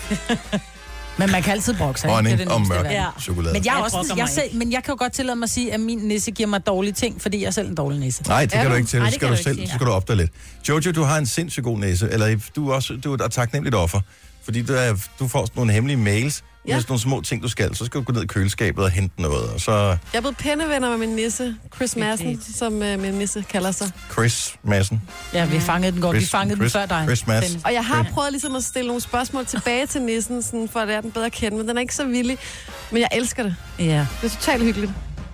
Men man kan altid brokke sig. Honning Det er det og nemmeste i mørk verden. Ja. chokolade. Men jeg, er Jeg også, brokker jeg mig selv, men jeg kan jo godt tillade mig at sige, at min nisse giver mig dårlige ting, fordi jeg er selv en dårlig nisse. Nej, det Er kan du du? ikke til. Nej, Det det skal kan du du ikke selv. sige. Så skal du opdage lidt. Jojo, du har en sindssygt god næse. Eller du er også du er et taknemmeligt offer. Fordi du, er, du får sådan nogle hemmelige mails Ja. med sådan nogle små ting, du skal. Så skal du gå ned i køleskabet og hente noget. Og så Jeg er blevet pennevenner med min nisse, Chris Madsen, som uh, min nisse kalder sig. Chris Madsen. Ja, vi fangede den godt. Vi Chris- fangede den Chris- før dig. Chris Mads. Dennis. Og jeg har prøvet ligesom at stille nogle spørgsmål tilbage til nissen, sådan, for at lære den bedre at kende, men den er ikke så villig. Men jeg elsker det. Ja. Det er totalt hyggeligt.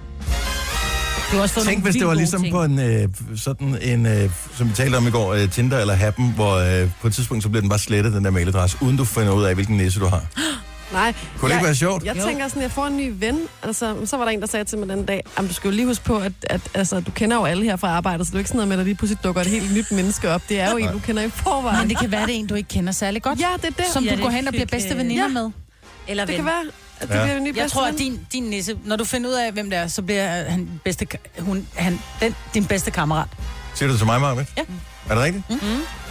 Du har også fået Tænk, nogle hvis det var vildt ligesom gode på en, øh, sådan en, øh, som vi talte om i går, øh, Tinder eller Happen, hvor øh, på et tidspunkt, så bliver den bare slettet, den der mailadresse, uden du finder ud af, hvilken næse du har. Nej. Kunne det ikke være sjovt? Jeg tænker sådan, jeg får en ny ven. Altså, så var der en, der sagde til mig den dag, jamen, du skal jo lige huske på, at, at altså, du kender jo alle her fra arbejdet, så det er jo ikke sådan noget med, at der lige pludselig dukker et helt nyt menneske op. Det er jo en, du kender i forvejen. Men det kan være, det er en, du ikke kender særlig godt. Ja, det er det. Som Ja, du det går er hen og bliver hyggeligt. bedste veninder Ja. med. Eller Det ven. kan være, at det Ja. bliver en ny Jeg bedste tror, at ven. din, din nisse, når du finder ud af, hvem det er, så bliver han bedste, ka- hun, han, den, din bedste kammerat. Siger du det til mig, Marvind? Ja. Er det rigtigt? Mm.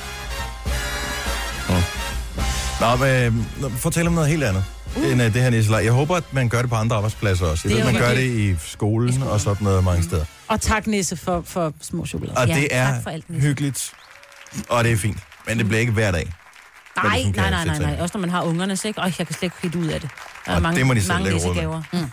Mm. Nå, men øh, fortæl om noget helt andet. Uh. End uh, det her nisseleg. Jeg håber, at man gør det på andre arbejdspladser også. Jeg Det ved, er man jo gør det. det i skolen, I skolen og sådan noget mange steder. Og tak, Nisse, for, for små chokolade. Og Ja, det er tak for alt, Nisse. hyggeligt, og det er fint. Men det bliver ikke hver dag. Nej, ligesom kan nej, nej, nej, sætte sig nej. ind. Også når man har ungerne, så ikke? Øj, jeg kan slet ikke helt ud af det. Der er Og mange, det må de selv mange lægge råd med. læsegaver. Mm.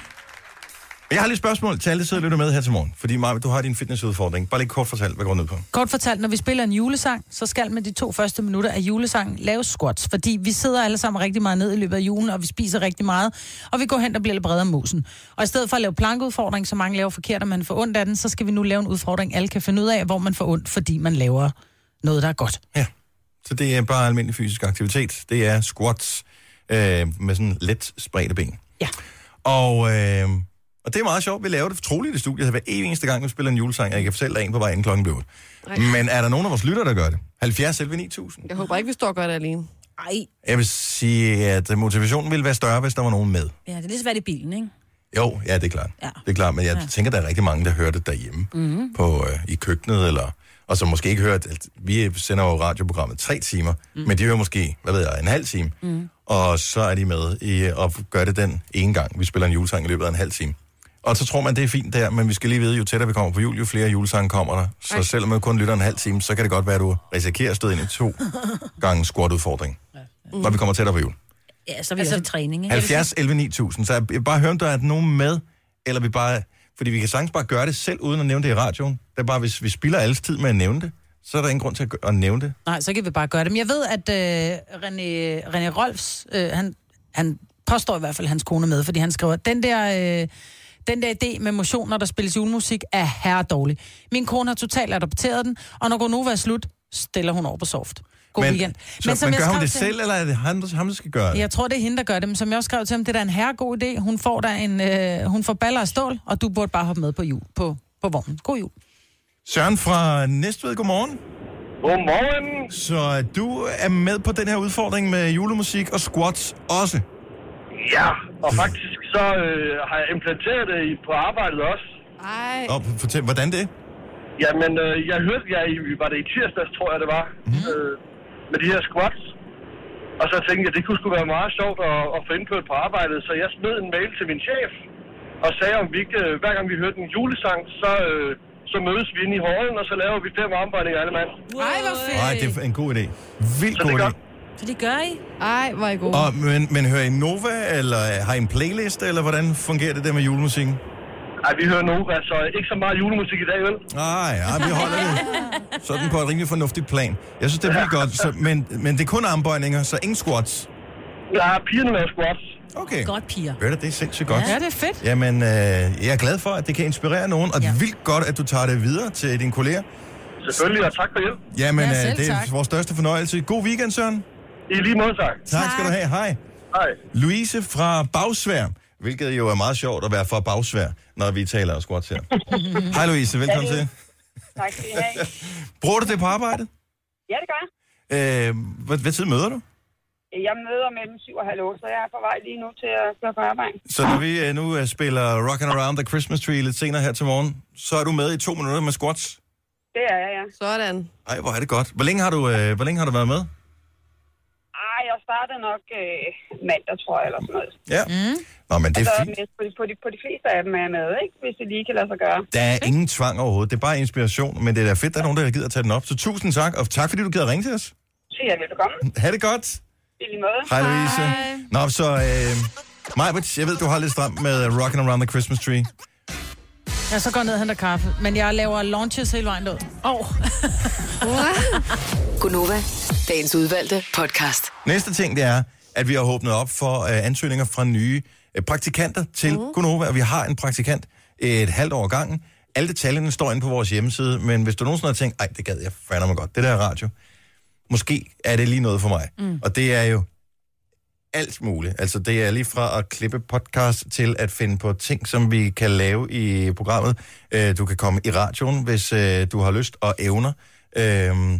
Jeg har lige et spørgsmål til alle, der sidder og lytter med her til morgen. Fordi, Marvind, du har din fitnessudfordring. Bare lige kort fortalt, hvad går den ud på? Kort fortalt, når vi spiller en julesang, så skal med de to første minutter af julesangen lave squats. Fordi vi sidder alle sammen rigtig meget ned i løbet af julen, og vi spiser rigtig meget, og vi går hen og bliver lidt bredere om musen. Og i stedet for at lave plankudfordring, så mange laver forkert, og man får ondt af den, så skal vi nu lave en udfordring, alle kan finde ud af, hvor man får ondt, fordi man laver noget, der er godt. Ja, så det er bare almindelig fysisk aktivitet. Det er squats øh, med sådan let spredte ben. Ja. Og, øh, og det er meget sjovt. Vi laver det troligt i studiet hver eneste gang, vi spiller en julesang. Jeg kan fortælle dig en på vej inden klokken bliver otte. Men er der nogen af vores lytter, der gør det? halvfjerds elleve ni tusind. Jeg håber ikke, vi står og gør det alene. Ej, Jeg vil sige, at motivationen ville være større, hvis der var nogen med. ja, det er lidt svært i bilen, ikke? Jo, ja, det er klart. Ja. Det er klart, men jeg Ja. tænker, der er rigtig mange, der hører det derhjemme mm-hmm. på, øh, i køkkenet, eller, og som måske ikke hører, at vi sender jo radioprogrammet tre timer, mm. men de hører måske, hvad ved jeg, en halv time, mm. og så er de med i, og gør det den ene gang. Vi spiller en julesang i løbet af en halv time. Og så tror man, det er fint der, men vi skal lige vide, jo tættere vi kommer på jul, jo flere julesange kommer der. Så Ej. selvom man kun lytter en halv time, så kan det godt være, at du risikerer at støde ind i to gange squat-udfordring, mm. når vi kommer tættere på jul. Ja, så er vi altså, også i træning, ikke? halvfjerds elleve ni tusind. Så jeg vil bare høre, om der er nogen med, eller vi bare... Fordi vi kan sagtens bare gøre det selv, uden at nævne det i radioen. Det er bare, hvis vi spilder alles tid med at nævne det, så er der ingen grund til at, gø- at nævne det. Nej, så kan vi bare gøre det. Men jeg ved, at øh, René, René Rolfs, øh, han, han påstår i hvert fald, hans kone er med, fordi han skriver, at den der, øh, den der idé med motion, når der spilles julemusik, er herre dårlig. Min kone har totalt adopteret den, og når Gonova er slut, stiller hun over på soft. God men, weekend. Så, men, men jeg gør hun skrev det til selv, eller er det ham, der, ham, der skal gøre det? Jeg tror, det er hende, der gør det, men som jeg også skrev til ham, det er da en herregod idé. Hun får der en, øh, hun får baller af stål, og du burde bare hoppe med på jul, på, på vognen. God jul. Søren fra Næstved, godmorgen. Godmorgen. Så du er med på den her udfordring med julemusik og squats også? Ja, og faktisk så øh, har jeg implanteret det i- på arbejdet også. Ej. Og fortæl, hvordan det? Jamen, øh, jeg hørte, jeg var det i tirsdags, tror jeg det var, mm. øh, med de her squats. Og så tænkte jeg, det kunne sgu være meget sjovt at, at få indført på arbejdet. Så jeg smed en mail til min chef og sagde, om vi ikke, hver gang vi hørte en julesang, så, øh, så mødes vi inde i hallen, og så laver vi fem armbøjninger alle mand. Ej, hvor fedt. Nej, det er en god idé. Vildt god idé. Så det gør I? Ej, hvor er I gode. Og, men, men hører I Nova, eller har I en playlist, eller hvordan fungerer det der med julemusikken? Ej, vi hører Nova, så ikke så meget julemusik i dag, vel? Nej, ja, vi holder det sådan på et rimelig fornuftigt plan. Jeg synes, det er vildt godt, så, men, men det er kun armbøjninger, så ingen squats. Ja, pigerne laver squats. Okay. Godt, piger. Ved du, det er sindssygt godt. Ja, det er fedt. Jamen, øh, jeg er glad for, at det kan inspirere nogen, og ja. vildt godt, at du tager det videre til dine kolleger. Selvfølgelig, og tak for hjælp. Jamen, Ja, øh, selv det er tak. vores største fornøjelse. God weekend, Søren. I lige måde, tak. Tak, tak skal du have. Hej. Hej. Louise fra Bagsvær, hvilket jo er meget sjovt at være fra Bagsvær, når vi taler og squats her. Hej Louise, velkommen til. Tak skal I have. Bruger du det på arbejdet? Ja, det gør jeg. Øh, hvad, hvad tid møder du? Jeg møder mellem syv og halv otte, så jeg er på vej lige nu til at køre på arbejde. Så når vi øh, nu øh, spiller Rockin' Around the Christmas Tree lidt senere her til morgen, så er du med i to minutter med squats? Det er jeg, ja. Sådan. Ej, hvor er det godt. Hvor længe har du, øh, hvor længe har du været med? Ej, jeg startede nok øh, mandag, tror jeg, eller sådan noget. Ja. Mm. Nå, men det er så fint. på, de, på, de, på de fleste af dem er jeg med, ikke? Hvis det lige kan lade sig gøre. Der er ingen tvang overhovedet. Det er bare inspiration, men det er da fedt, at der er nogen, der gider at tage den op. Så tusind tak, og tak fordi du gider ringe til os. Så jeg er velkommen. Ha' det godt. I lige måde. Hej, Louise. Nå, så øh, Majbert, jeg ved, du har lidt stramt med Rockin' Around the Christmas Tree. Jeg så går ned og henter kaffe, men jeg laver launches hele vejen ud. Åh. Oh. Gunova, dagens udvalgte podcast. Næste ting, det er, at vi har åbnet op for uh, ansøgninger fra nye uh, praktikanter til mm. Gunova, og vi har en praktikant et halvt år gangen. Alle detaljerne står inde på vores hjemmeside, men hvis du nogensinde har tænkt, ej, det gad jeg fandme godt, det der er radio, måske er det lige noget for mig. Mm. Og det er jo alt muligt. Altså, det er lige fra at klippe podcast til at finde på ting, som vi kan lave i programmet. Uh, du kan komme i radioen, hvis uh, du har lyst og evner. Uh,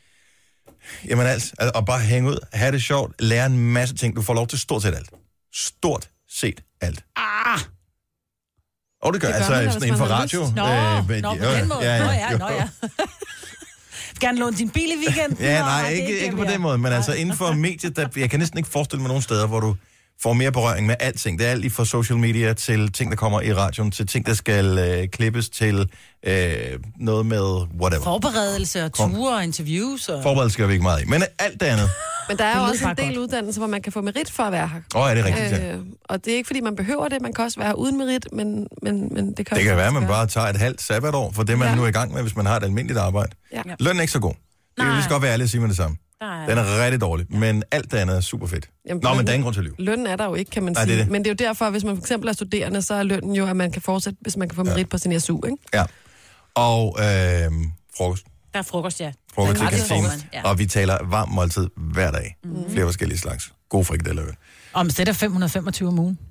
Jamen altså, og bare hænge ud, have det sjovt, lære en masse ting. Du får lov til stort set alt. Stort set alt. Ah! Og det gør, Det gør altså man da, sådan hvis inden for man har radio. lyst. Nå, men- nå, på jo, den måde. ja, ja, Nå ja, jo. nå ja. Gerne låne din bil i weekenden. Ja, Nå, nej, det er ikke, ikke det, på vi er. den måde, men altså inden for mediet, der, jeg kan næsten ikke forestille mig nogen steder, hvor du får mere berøring med alting. Det er alt lige fra social media til ting, der kommer i radioen, til ting, der skal øh, klippes til øh, noget med whatever. Forberedelse og ture og interviews. Og... Forberedelse skal vi ikke meget i, men alt det andet. Men der er jo Det lyder også en bare del godt. uddannelser, hvor man kan få merit for at være her. Åh, oh, er det rigtigt? Ja. Øh, og det er ikke, fordi man behøver det. Man kan også være her uden merit, men, men, men det kan Det kan også være, at man gøre. bare tager et halvt sabbatår for det, man Ja. nu er i gang med, hvis man har et almindeligt arbejde. Ja. Lønnen er ikke så god. Det kan vi skal godt være ærlig at sige med det samme. Nej. Den er rigtig dårlig, men alt det andet er super fedt. Jamen, Nå, men lønnen- der er ingen grund til at lyve. Lønnen er der jo ikke, kan man Nej, sige. det er det. Men det er jo derfor, hvis man for eksempel er studerende, så er lønnen jo, at man kan fortsætte, hvis man kan få merit ja. på sin S U, ikke? Ja. Og øh, frokost. Der er frokost, ja. Frokost til Gratis kantinen. frokost, ja. Og vi taler varm måltid hver dag. Mm. Flere forskellige slags. God frikadeller. Om det er fem hundrede og femogtyve om ugen.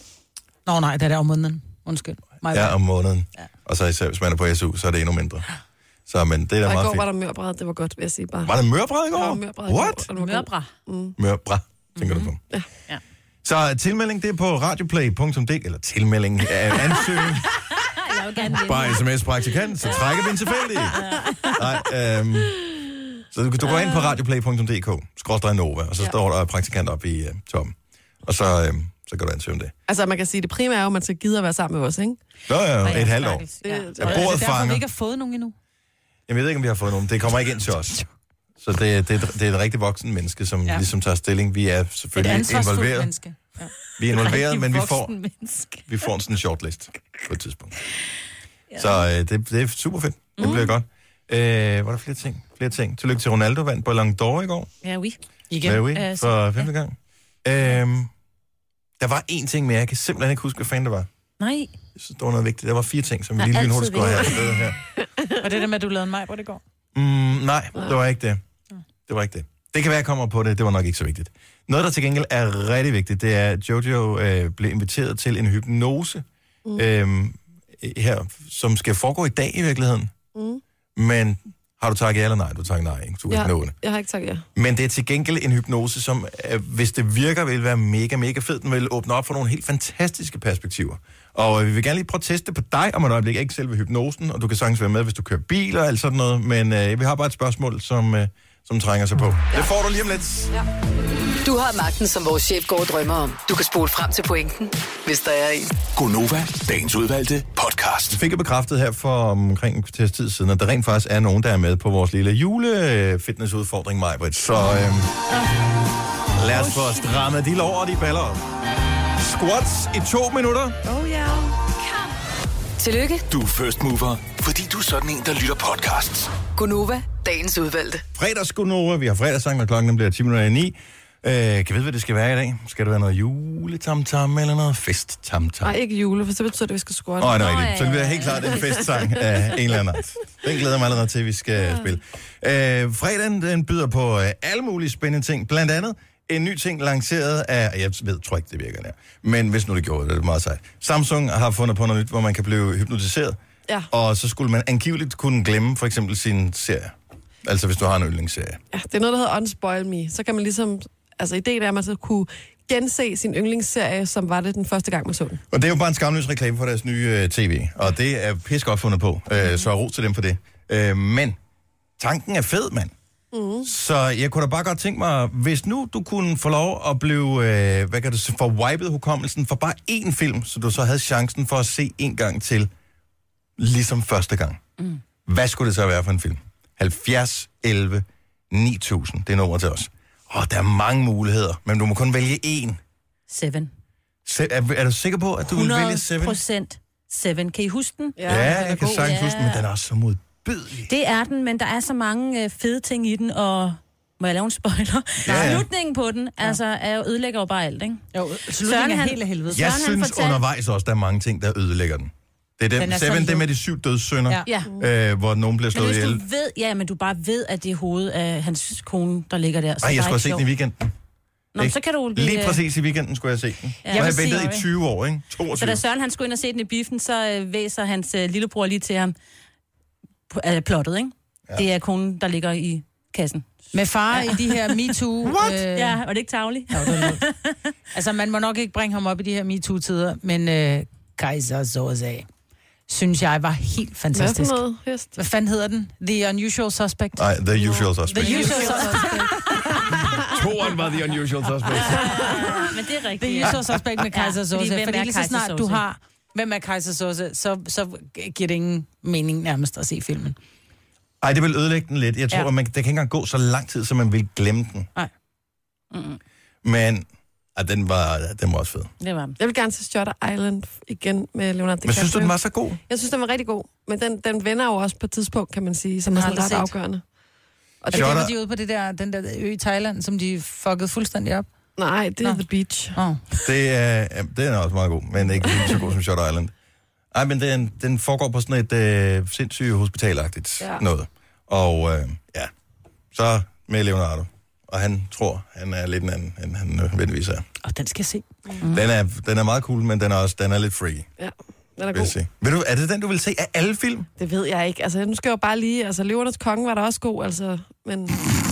Nå nej, det er det om måneden. Undskyld. My Ja, bad. om måneden. Ja. Og så især, hvis man er på S U, så er det endnu mindre. Så men det er da Og i meget går var fint. der mørbræd, det var godt, vil jeg sige bare. Var der mørbræd i går? Der var mørbræd i går, What? og det var godt. Mørbra. Mørbræd, tænker Mhm. du på. Ja. Ja. Så tilmelding, det er på radioplay punktum d k, eller tilmelding af ansøgning. Jeg vil gerne Bare sms-praktikant, så trækker vi en tilfældig. Nej, øhm, så du, du går ind på radioplay punktum d k, skråstreg Nova, og så Ja. står der praktikant op i uh, toppen. Og så, øhm, så kan du ansøge om det. Altså, man kan sige, det primære er jo, at man skal gide at være sammen med os, ikke? Nå ja, Ja, et halvt år. stakkels. Det, Ja. det, Ja, Er det, det bordet derfor, fanger. vi ikke har fået nogen endnu? Jeg ved ikke, om vi har fået nogen. Det kommer ikke ind til os. Så det, det, det er et rigtig voksen menneske, som ja. Ja. ligesom tager stilling. Vi er Et selvfølgelig ansvarsfuldt involveret. menneske. Ja. Vi er involveret, men vi får, Voksen menneske. vi får en sådan en shortlist på et tidspunkt. Ja. Så øh, det, det er super fedt. Det bliver godt. Øh, var der flere ting? Flere ting. Tillykke til Ronaldo, vandt Ballon d'Or i går. Ja, oui. Igen. Med Øh, we, så- for femte gang. Øhm, der var én ting mere. Jeg kan simpelthen ikke huske, hvad fanden det var. Nej. Jeg synes, det var noget vigtigt. Der var fire ting, som vi Der er lige altid hurtigt skulle have vigtigt. afsted her. Og det er det med, at du lavede en maj, hvor det går. Mm, nej, det var ikke det. Det var ikke det. Det kan være, jeg kommer på det. Det var nok ikke så vigtigt. Noget, der til gengæld er rigtig vigtigt, det er, at Jojo øh, blev inviteret til en hypnose mm. øh, her, som skal foregå i dag i virkeligheden. Mm. Men Har du takket ja eller nej? Du takker nej, ikke? Du Ja, ikke nå det. jeg har ikke sagt ja. Men det er til gengæld en hypnose, som, øh, hvis det virker, vil være mega, mega fed. Den vil åbne op for nogle helt fantastiske perspektiver. Og øh, vi vil gerne lige prøve at teste på dig om et øjeblik, ikke selve hypnosen, og du kan sagtens være med, hvis du kører bil og alt sådan noget, men øh, vi har bare et spørgsmål, som, øh, som trænger sig på. Ja. Det får du lige om lidt. Ja. Du har magten, som vores chef går og drømmer om. Du kan spole frem til pointen, hvis der er en. Gonova, dagens udvalgte podcast. Vi fik jeg bekræftet her for omkring en kvarters tid siden, at der rent faktisk er nogen, der er med på vores lille julefitnessudfordring, Majbrit. Så øh, lad os få strammet de lår og de baller op. Squats i to minutter. Oh ja. Yeah. Tillykke. Du er first mover, fordi du er sådan en, der lytter podcasts. Gonova, dagens udvalgte. Fredags Gonova. Vi har fredagssang, når klokken bliver ti minutter i ni. Øh, kan vi vide, hvad det skal være i dag? Skal det være noget juletamtam eller noget festtamtam? Nej, ikke jule, for så betyder det, at vi skal squatte. Åh, oh, det er rigtigt. Så det bliver helt klart en festsang af en eller anden art. Den glæder mig allerede til, at vi skal ja. spille. Øh, fredagen, den byder på øh, alle mulige spændende ting. Blandt andet en ny ting lanceret af, jeg ved, tror ikke, det virker der. Men hvis nu det gjorde det, det er meget sejt. Samsung har fundet på noget nyt, hvor man kan blive hypnotiseret. Ja. Og så skulle man angiveligt kunne glemme for eksempel sin serie. Altså hvis du har en yndlingsserie. Ja, det er noget, der hedder Unspoil Me. Så kan man ligesom, altså ideen er, at man så kunne gense sin yndlingsserie, som var det den første gang, man så den. Og det er jo bare en skamløs reklame for deres nye uh, tv. Og det er pisse godt fundet på. Uh, så ro til dem for det. Uh, men tanken er fed, mand. Mm. Så jeg kunne da bare godt tænke mig, hvis nu du kunne få lov at blive, øh, hvad kan du sige, for wipet hukommelsen for bare én film, så du så havde chancen for at se en gang til, ligesom første gang. Mm. Hvad skulle det så være for en film? halvfjerds elleve ni tusind, det er nummer til os. Åh, der er mange muligheder, men du må kun vælge én. Seven. Se, er, er du sikker på, at du vil vælge Seven? hundrede procent Seven. Kan I huske den? Ja, ja jeg kan sagtens huske den, men den er også så modbydelig. Det er den, men der er så mange øh, fede ting i den, og må jeg lave en spoiler? Ja, ja. Slutningen på den, altså, er jo, ødelægger jo bare alt, ikke? Jo, slutningen er helt af helvede. Jeg Søren, synes fortalte... undervejs også, der er mange ting, der ødelægger den. Det er dem, Den er Seven, så det med de syv dødssynder, Ja. øh, hvor nogen bliver Men slået hvis ihjel. du ved, ja, men du bare ved, at det er hovedet af hans kone, der ligger der. Så Nej, jeg der er skulle have ikke set den i sjov. weekenden. Nå, men så kan du blive... Lige præcis i weekenden skulle jeg se den. Ja. Ja. Jeg har Jeg vil ventet sige- i tyve år, ikke? toogtyve. Så da Søren han skulle ind og se den i biffen, så øh, væser hans øh, lillebror lige til ham øh, plottet, ikke? Ja. Det er konen, der ligger i kassen. Med far ja. i de her MeToo... What? Øh... Ja, og det er ikke tavligt. Ja, det er altså, man må nok ikke bringe ham op i de her MeToo-tider, men øh, Kaiser Soze, synes jeg var helt fantastisk. Hvad for noget, hest? Hvad fanden hedder den? The Unusual Suspect? Nej, The Usual Suspect. The Usual Suspect. Toren var The Unusual Suspect. Men det er rigtigt. The Usual Suspect med Kaiser Ja, Soze. fordi hvem Fordi er lige så Kaiser snart du Soze? har... Hvem er Kaiser Soze? Så, så giver det ingen mening nærmest at se filmen. Ej, det vil ødelægge den lidt. Jeg tror, Ja. at man, det kan ikke engang gå så lang tid, så man vil glemme den. Nej. Mm-mm. Men ah, den, var, den var også fed. Det var den. Jeg vil gerne se Shutter Island igen med Leonardo DiCaprio. Men synes du, den var så god? Jeg synes, den var rigtig god. Men den, den vender jo også på et tidspunkt, kan man sige, som Den er har sådan ret jeg aldrig set. afgørende. Og Og det, det Shutter- var de ude på det der, den der ø i Thailand, som de fuckede fuldstændig op. nej, det er Nå. The Beach. Oh. Det er, ja, den er også meget god, men ikke lige så god som Shutter Island. Ej, men den, den foregår på sådan et øh, sindssygt hospitalagtigt Ja. noget. Og øh, ja, så med Leonardo. Og han tror, han er lidt en anden, end han nødvendigvis er. Og den skal jeg se. Mm. Den, er den er meget cool, men den er også den er lidt free, Ja, den er vil jeg god. sige. Ved du, er det den, du vil se af alle film? Det ved jeg ikke. Altså, nu skal jeg jo bare lige... Altså, Løvernes Konge var da også god, altså... Men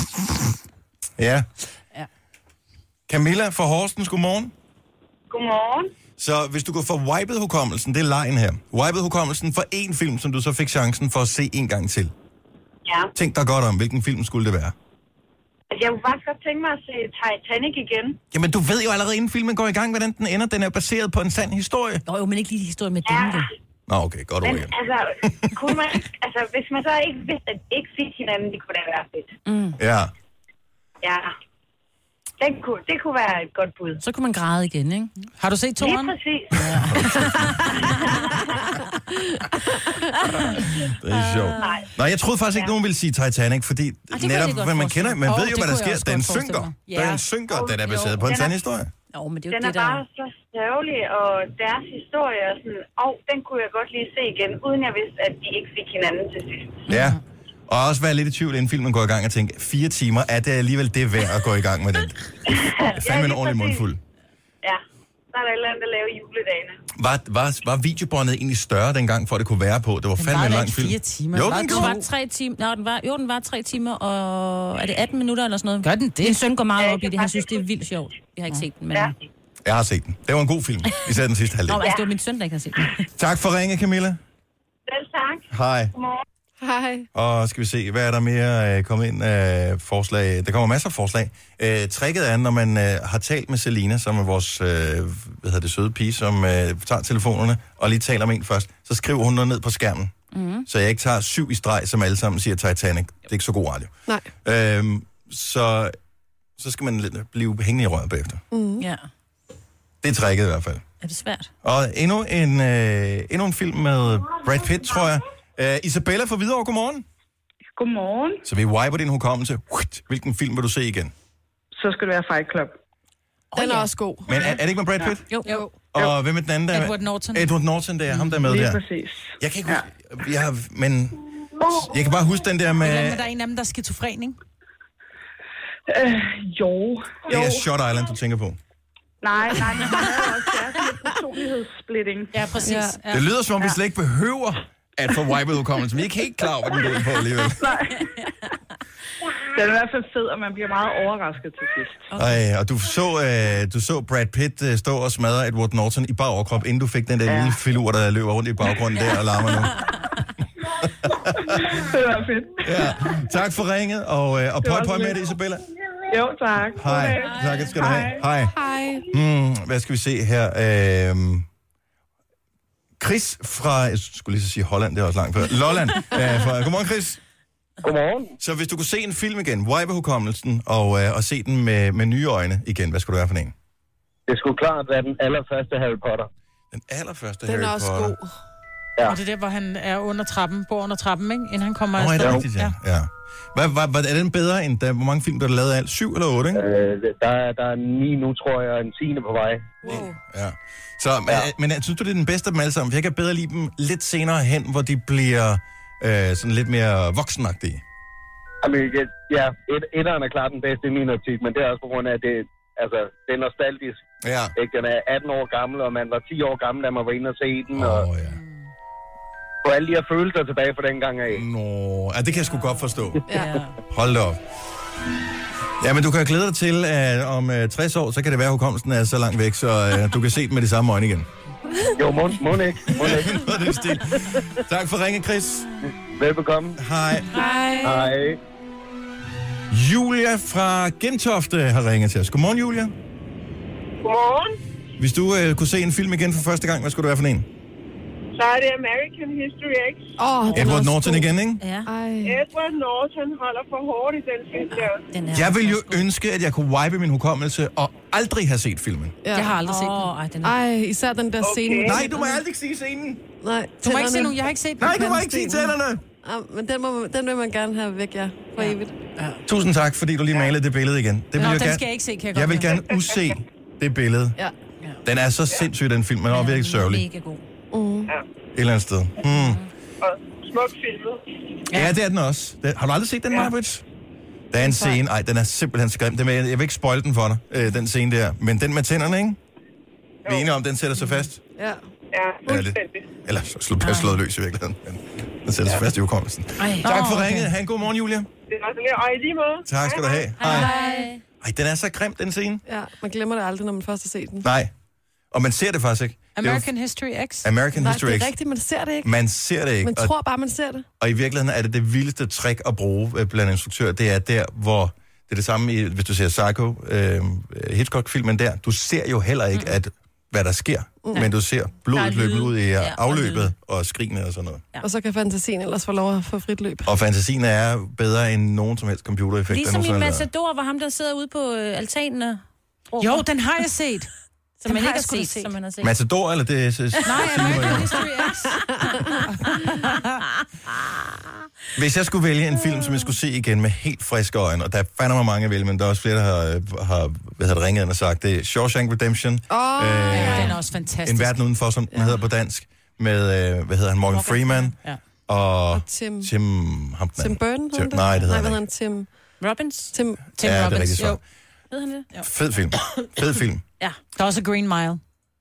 Ja. Ja. Camilla fra Horsens, godmorgen. Godmorgen. Så hvis du går for wipet hukommelsen, det er lejen her. Wipet hukommelsen for én film, som du så fik chancen for at se en gang til. Ja. Tænk dig godt om, hvilken film skulle det være? Altså, jeg kunne faktisk godt tænke mig at se Titanic igen. Jamen, du ved jo allerede, inden filmen går i gang, hvordan den ender. Den er baseret på en sand historie. Nå jo, men ikke lige historie med Ja. den. jo. Nå, okay, godt ord Men igen. altså, kunne man, altså, hvis man så ikke vidste, at de ikke fik hinanden, det kunne da være fedt. Mm. Ja. Ja. Den kunne, det kunne være et godt bud. Så kunne man græde igen, ikke? Har du set Lige toeren? præcis. Det er sjovt. Nej. Nej, jeg troede faktisk ikke, nogen ville sige Titanic, fordi kunne jeg netop, lige godt hvad man forestille kender, mig. man Åh, ved jo, det hvad der kunne jeg sker. også Den godt forestille synker. mig. Der er Ja. en synker, den er Jo, baseret på en den sand er- historie. Jo, men det er jo Den det, er der... bare så sørgelig, og deres historie er sådan, og den kunne jeg godt lige se igen, uden jeg vidste, at de ikke fik hinanden til sidst. Ja. Og også være lidt i tvivl, inden filmen går i gang, og tænke, fire timer, er det alligevel det værd at gå i gang med den? Det er fandme en lige ordentlig præcis. mundfuld. Ja. Så er der et eller andet, der laver juledagene. Var, var, var videobåndet egentlig større dengang, for at det kunne være på? Det var fandme en lang film. fire timer. Jo, Den den Den gjorde. var tre timer. Nå, den var, jo, den var tre timer, og er det atten minutter eller sådan noget? Gør den det? Min søn går meget op i det. Han synes, det er vildt sjovt. Jeg har ikke set den, men... Ja. Jeg har set den. Det var en god film. Især den sidste halvdel. Nå, altså, det var min søn, der ikke har set den. Tak for ringe, Camilla. Selv tak. Hej. Godmorgen. Hej. Og skal vi se, hvad er der mere øh, kommet ind af forslag? Der kommer masser af forslag. Øh, tricket er, når man øh, har talt med Selina, som er vores øh, hvad hedder det, søde pige, som øh, tager telefonerne og lige taler med en først, så skriver hun noget ned på skærmen. Mm. Så jeg ikke tager syv i streg, som alle sammen siger Titanic. Det er ikke så god radio. Nej. Øhm, så, så skal man lidt blive hængende i røret bagefter. Mm. Ja. Det er tricket i hvert fald. Er det svært? Og endnu en, øh, endnu en film med Brad Pitt, tror jeg. Uh, Isabella fra Hvidovre, godmorgen. Godmorgen. Så vi wiper din hukommelse. Hvilken film vil du se igen? Så skal det være Fight Club. Den er også god. Men er, er det ikke med Brad Pitt? Jo. jo. Og hvem er den anden der? Edward Norton. Edward Norton, det er ham, der er med Lige der. præcis. Jeg kan ikke huske, jeg har, men jeg kan bare huske den der med... Eller er der en af dem, der er skizofren, ikke? Øh, jo. Det er Shot Island, du tænker på. Nej, nej, men han er også der er lidt personlighedssplitting. Ja, præcis. Ja. Ja. Det lyder som om, vi slet ikke behøver at få wipet hukommelsen. Vi er ikke helt klar over, hvad den går ud på alligevel. Nej. Den er i hvert fald fed, og man bliver meget overrasket til sidst. Okay. Ej, og du så, øh, du så Brad Pitt øh, stå og smadre Edward Norton i bar overkrop, inden du fik den der ja. lille filur, der løber rundt i baggrunden der og larmer nu. Det var fedt. Ja. Tak for ringet, og, øh, og pøj pøj med det, Isabella. Jo, tak. Hej. Tak skal du have. Hej. Hej. Hmm, hvad skal vi se her? Øhm, Chris fra, jeg skulle lige så sige Holland, det er også langt før. Lolland. øh, fra, godmorgen, Chris. Godmorgen. Så hvis du kunne se en film igen, wipe hukommelsen, og, øh, og se den med, med nye øjne igen, hvad skulle du være for en? Det skulle klart være den allerførste Harry Potter. Den allerførste Den Harry er også Potter. god. Ja. Og det er der, hvor han er under trappen, bor under trappen, ikke? Inden han kommer Nå, er afsted. det rigtigt, ja. ja. Hvad, hvad, hvad, er den bedre end, der, hvor mange film der er lavet af alt? Syv eller otte, ikke? Øh, der, er- der er ni nu, tror jeg, og en tiende på vej. Wow. Ja. Så, ja. Men, men synes du, det er den bedste af dem alle sammen? For jeg kan bedre lide dem lidt senere hen, hvor de bliver øh, sådan lidt mere voksenagtige. Jamen, ja, ja et, etteren er klart den bedste i min optik, men det er også på grund af, at det, altså, det er nostalgisk. Ja. Ikke? Den er atten år gammel, og man var ti år gammel, da man var inde og se den, Åh, og oh, ja. få alle de her følelser tilbage fra den gang af. Nå, ja, det kan jeg sgu godt forstå. Ja. Hold da op. Ja, men du kan glæde dig til, at om uh, tres år, så kan det være, at hukommelsen er så langt væk, så uh, du kan se den med de samme øjne igen. Jo, må, må ikke. Må ikke. Noget af den stil. Tak for ringen, Chris. Velbekomme. Hej. Hej. Hej. Julia fra Gentofte har ringet til os. Godmorgen, Julia. Godmorgen. Hvis du uh, kunne se en film igen for første gang, hvad skulle det være for en? Så er det American History X. Åh, oh, den er Edward også Norton god. igen, ikke? Ja. Ej. Edward Norton holder for hårdt i den film der. Den er Jeg vil jo også god. ønske, at jeg kunne wipe min hukommelse og aldrig have set filmen. Ja. Jeg har aldrig set den. Åh, ej, den er... Ej, især den der Okay. scene. Nej, du må aldrig sige scenen. Nej, Du må ikke se tænderne. nu, jeg har ikke set den. Nej, du må ikke sige tænderne. Ah, men den, må, man- den vil man gerne have væk, ja. For ja. evigt. Tusind tak, fordi du lige malede det billede igen. Det vil Nå, jeg den gerne. skal jeg ikke se, kan jeg godt Jeg vil høre. gerne use det billede. Ja. Den er så sindssyg, den film. Den er virkelig sørgelig. Mega god. Mm. Et eller andet sted. Hmm. Og smuk filmet. Ja, det er den også. Det, har du aldrig set den, Marbridge? Der er en scene. Ej, den er simpelthen så grim. Det med, jeg vil ikke spoil den for dig, øh, den scene der. Men den med tænderne, ikke? Vi er enige om, den sætter sig fast. Ja. Ja, Eller, lidt, fuldstændig. eller slå bliver slået løs i virkeligheden. Men den sætter sig fast i hukommelsen. Tak for ringet. Ha' en god morgen, Julia. Det var så lidt, og i lige måde. Tak skal du have. Hej. Ej, den er så grim, den scene. Ja, man glemmer det aldrig, når man først har set den. Nej. Og man ser det faktisk ikke. Det er jo- American History X. American Nej, History det X. er rigtigt, man ser det ikke. Man ser det ikke. Man og, tror bare, man ser det. og i virkeligheden er det det vildeste trick at bruge øh, blandt instruktører. Det er der, hvor det er det samme, i, hvis du ser Psycho, øh, Hitchcock-filmen der. Du ser jo heller ikke, at, hvad der sker. Mm. Men du ser Der er blodet løbe lyde. ud i Ja, og afløbet lyde. og skrigene og sådan noget. Ja. Og så kan fantasien ellers få lov at få frit løb. Og fantasien er bedre end nogen som helst computereffekt. Ligesom der i nogensinde er lavet. Matador, hvor ham der sidder ude på øh, altanen og råber. Jo, den har jeg set. som den man har ikke jeg har sgu da set, set. som man har set. Matador, eller det... Nej, American History X. Hvis jeg skulle vælge en film, som jeg skulle se igen med helt friske øjne, og der er fandme mange, jeg vil, men der er også flere, der har, har hvad hedder det, ringet ind og sagt, det er Shawshank Redemption. Åh, Øh, Ja, den er også fantastisk. En verden udenfor, som den hedder på dansk, med, øh, hvad hedder han, Morgan Freeman, Ja. og Tim, Tim... Ham, den Tim anden. Burton, Tim, hedder det? nej, det hedder Nej, hvad han hedder ikke. han? Tim... Robbins? Tim... Tim Ja, det er Robbins. rigtigt svar. Jo. Ved han det? Fed film. Fed film. Ja. Der er også Green Mile.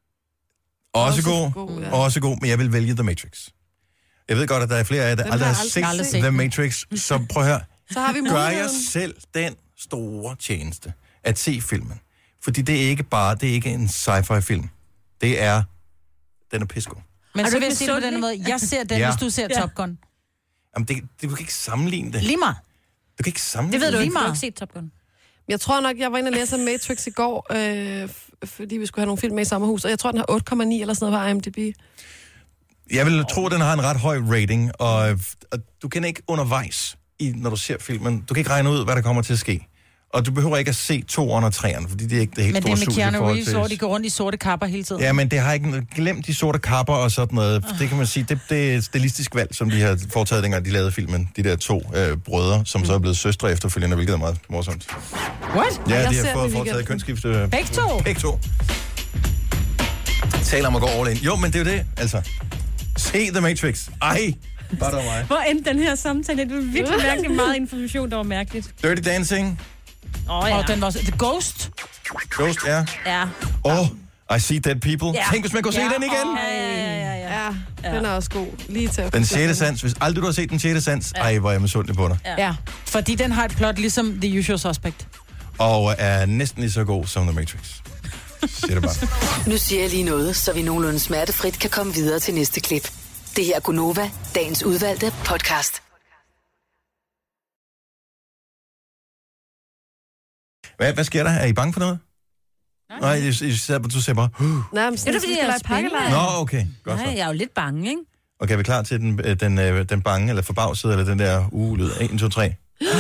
Også, Også god, god, ja. også god, men jeg vil vælge The Matrix. Jeg ved godt, at der er flere af jer, der Den aldrig har har jeg set, aldrig set set. The Matrix, så prøv at høre. Så har vi Gør muligheden. jeg selv den store tjeneste at se filmen. Fordi det er ikke bare, det er ikke en sci-fi film. Det er, den er pissegod. Men Er så du vil jeg ikke sige det på den misundelig? måde, jeg ser den, Ja. hvis du ser Ja. Top Gun. Jamen, det, det, du kan ikke sammenligne det. Lige meget. Du kan ikke sammenligne Det ved du Lige ikke, du har meget. ikke set Top Gun. Jeg tror nok, jeg var inde og læse om Matrix i går, øh, f- fordi vi skulle have nogle film med i sommerhus, og jeg tror, den har otte komma ni eller sådan noget på I M D B. Jeg vil tro, at den har en ret høj rating, og, og du kan ikke undervejs, i, når du ser filmen, du kan ikke regne ud, hvad der kommer til at ske. Og du behøver ikke at se toeren og treeren, fordi det er ikke det helt Men store det er med sus i Keanu forhold Reeves, til... hvor de går rundt i sorte kapper hele tiden. Ja, men det har ikke glemt de sorte kapper og sådan noget. Det kan man sige, det, det er et stilistisk valg, som de har foretaget, dengang de lavede filmen. De der to øh, brødre, som så er blevet søstre efterfølgende, hvilket er meget morsomt. What? Ja, jeg de ser har den fået i foretaget weekenden. kønsskifte. Begge to? Begge to. Taler om at gå all in. Jo, men det er jo det, altså. Se The Matrix. Ej, bare der mig. Hvor endte den her samtale? Det var virkelig mærkeligt meget information, der var mærkeligt. Dirty Dancing. Åh, oh, Ja. ja. Og den var også... The Ghost. Ghost, ja. Ja. Oh, I See Dead People. Ja. Tænk, hvis man kunne se Ja. den igen. Ja, ja, ja, ja, ja. Ja, den er også god. Lige til at Den sjette sans. Hvis aldrig du har set den sjette sans, ej, hvor er jeg misundelig på dig. Ja. Fordi den har et plot ligesom The Usual Suspect. Og er næsten lige så god som The Matrix. Siger det bare. Nu siger jeg lige noget, så vi nogenlunde smertefrit kan komme videre til næste klip. Det her er Gunova, dagens udvalgte podcast. Hvad, hvad sker der? Er I bange for noget? Nej, jeg, jeg sidder, du ser bare... Uh. Nej, men Det er da, fordi skal jeg er lege spændende. pakkelej. Nå, okay. Godt Nej, så. jeg er jo lidt bange, ikke? Okay, er vi klar til den, øh, den, øh, den bange, eller forbavsede, eller den der uge-lyd? en, to, tre.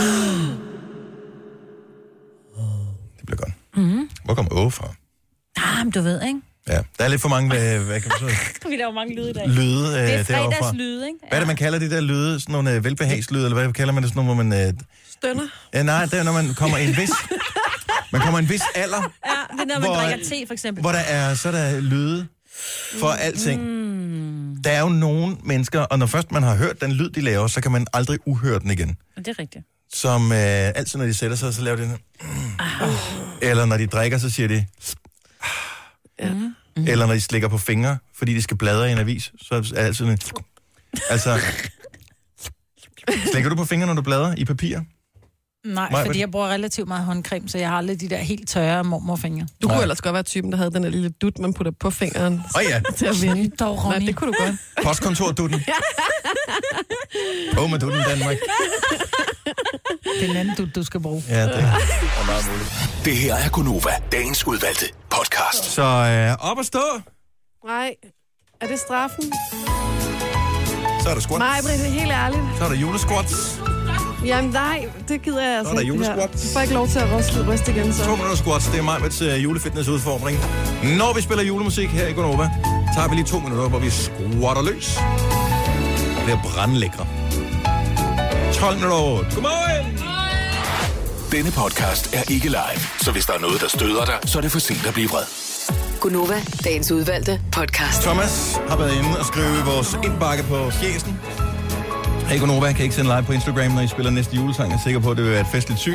Det bliver godt. Mm-hmm. Hvor kommer Åge fra? Ah, men du ved, ikke? Ja, der er lidt for mange, øh, hvad kan man så, Vi laver mange lyde i dag. lyde øh, Det er derovre fra. fredagslyde, ikke? Hvad er det, man kalder de der lyde? Sådan nogle øh, velbehagslyde, eller hvad kalder man det? Sådan nogle, hvor man... Øh, Stønner. ja, nej, det er, når man kommer i en vis... Man kommer i en vis alder, Ja, det er, når man Hvor- drikker te, for eksempel. hvor der er, så er der lyde for alting. Der er jo nogle mennesker, og når først man har hørt den lyd, de laver, så kan man aldrig uhøre den igen. Det er rigtigt. Som øh, altid, når de sætter sig, så laver de den. Eller når de drikker, så siger de... Mm. Eller når de slikker på fingre, fordi de skal bladre i en avis, så er det altid en... Altså... Slikker du på fingre, når du bladrer i papir? Nej, Maja, fordi hvad- jeg bruger relativt meget håndcreme, så jeg har aldrig de der helt tørre mormorfingre. Du kunne Nej. ellers godt være typen, der havde den der lille dut, man putter på fingeren Åh oh, ja, til at vinde. Dog, Nej, Ronny. det kunne du godt. postkontordutten. På med dutten, Danmark. Det er en anden du, du skal bruge. Ja, det er meget muligt. Det her er Gunova, dagens udvalgte podcast. Så øh, op og stå. Nej, er det straffen? Så er der squats. Nej, Britt, det er helt ærligt. Så er der julesquats. Jamen nej, det gider jeg altså der ikke. julesquat. Du får ikke lov til at ryste, ryste igen, så. To minutter squats, det er mig med til julefitnessudfordring. Når vi spiller julemusik her i Gonova, tager vi lige to minutter, hvor vi squatter løs. Det bliver brandlækre. tolv minutter over otte. Godmorgen! Denne podcast er ikke live, så hvis der er noget, der støder dig, så er det for sent at blive vred. Gunova, dagens udvalgte podcast. Thomas har været inde og skrive i vores indbakke på fjesen. Hey Gonova, kan ikke sende live på Instagram, når I spiller næste julesang. Jeg er sikker på, at det vil være et festligt syn.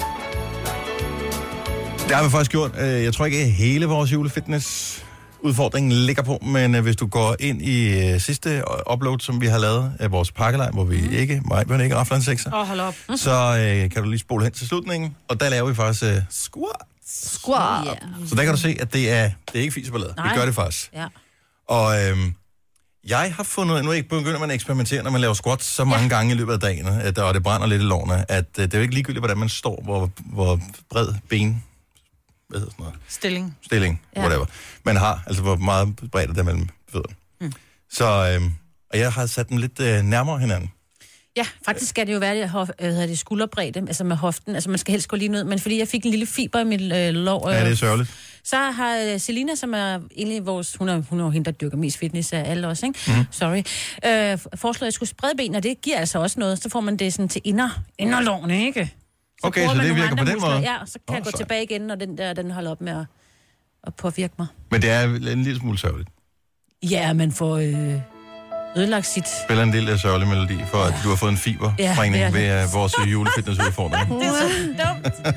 Det har vi faktisk gjort. Jeg tror ikke, at hele vores julefitness udfordringen ligger på, men hvis du går ind i sidste upload, som vi har lavet af vores pakkelej, hvor vi mm. ikke, mig, men ikke rafler en sekser, Åh, oh, hold op. så øh, kan du lige spole hen til slutningen, og der laver vi faktisk øh, squat. Squat. Yeah. Så der kan du se, at det er, det er ikke fiseballade. Vi Nej. gør det faktisk. Ja. Og øhm, jeg har fundet, nu er jeg begynder man at eksperimentere, når man laver squats så mange ja. gange i løbet af dagen, at, og det brænder lidt i lårene, at øh, det er jo ikke ligegyldigt, hvordan man står, hvor, hvor bred ben, hvad hedder sådan noget? Stilling. Stilling, ja. whatever, man har, altså hvor meget bredt er der mellem fødderne. Mm. Så, øhm, og jeg har sat dem lidt øh, nærmere hinanden. Ja, faktisk skal det jo være det, hof, øh, hedder det skulderbredde, altså med hoften. Altså man skal helst gå lige ned, men fordi jeg fik en lille fiber i mit øh, lår, øh, Ja, det er sørgeligt. så har øh, Selina, som er egentlig vores, hun er, hun er jo hende, der dyrker mest fitness af alle os, ikke? Mm. Sorry. Øh, foreslået, at jeg skulle sprede ben, og det giver altså også noget. Så får man det sådan til inder, inderlårene, ikke? Så Okay, bruger så man det nogle virker på andre den muskler. måde? Ja, og så kan Nå, jeg gå sejt. tilbage igen, når den der, den holder op med at, at påvirke mig. Men det er en lille smule sørgeligt. Ja, man får... Øh, ødelagt sit... Spiller en lille sørgelig melodi, for at du har fået en fibersprængning Ja, det er ved uh, vores julefitnessudfordring. Det er så dumt.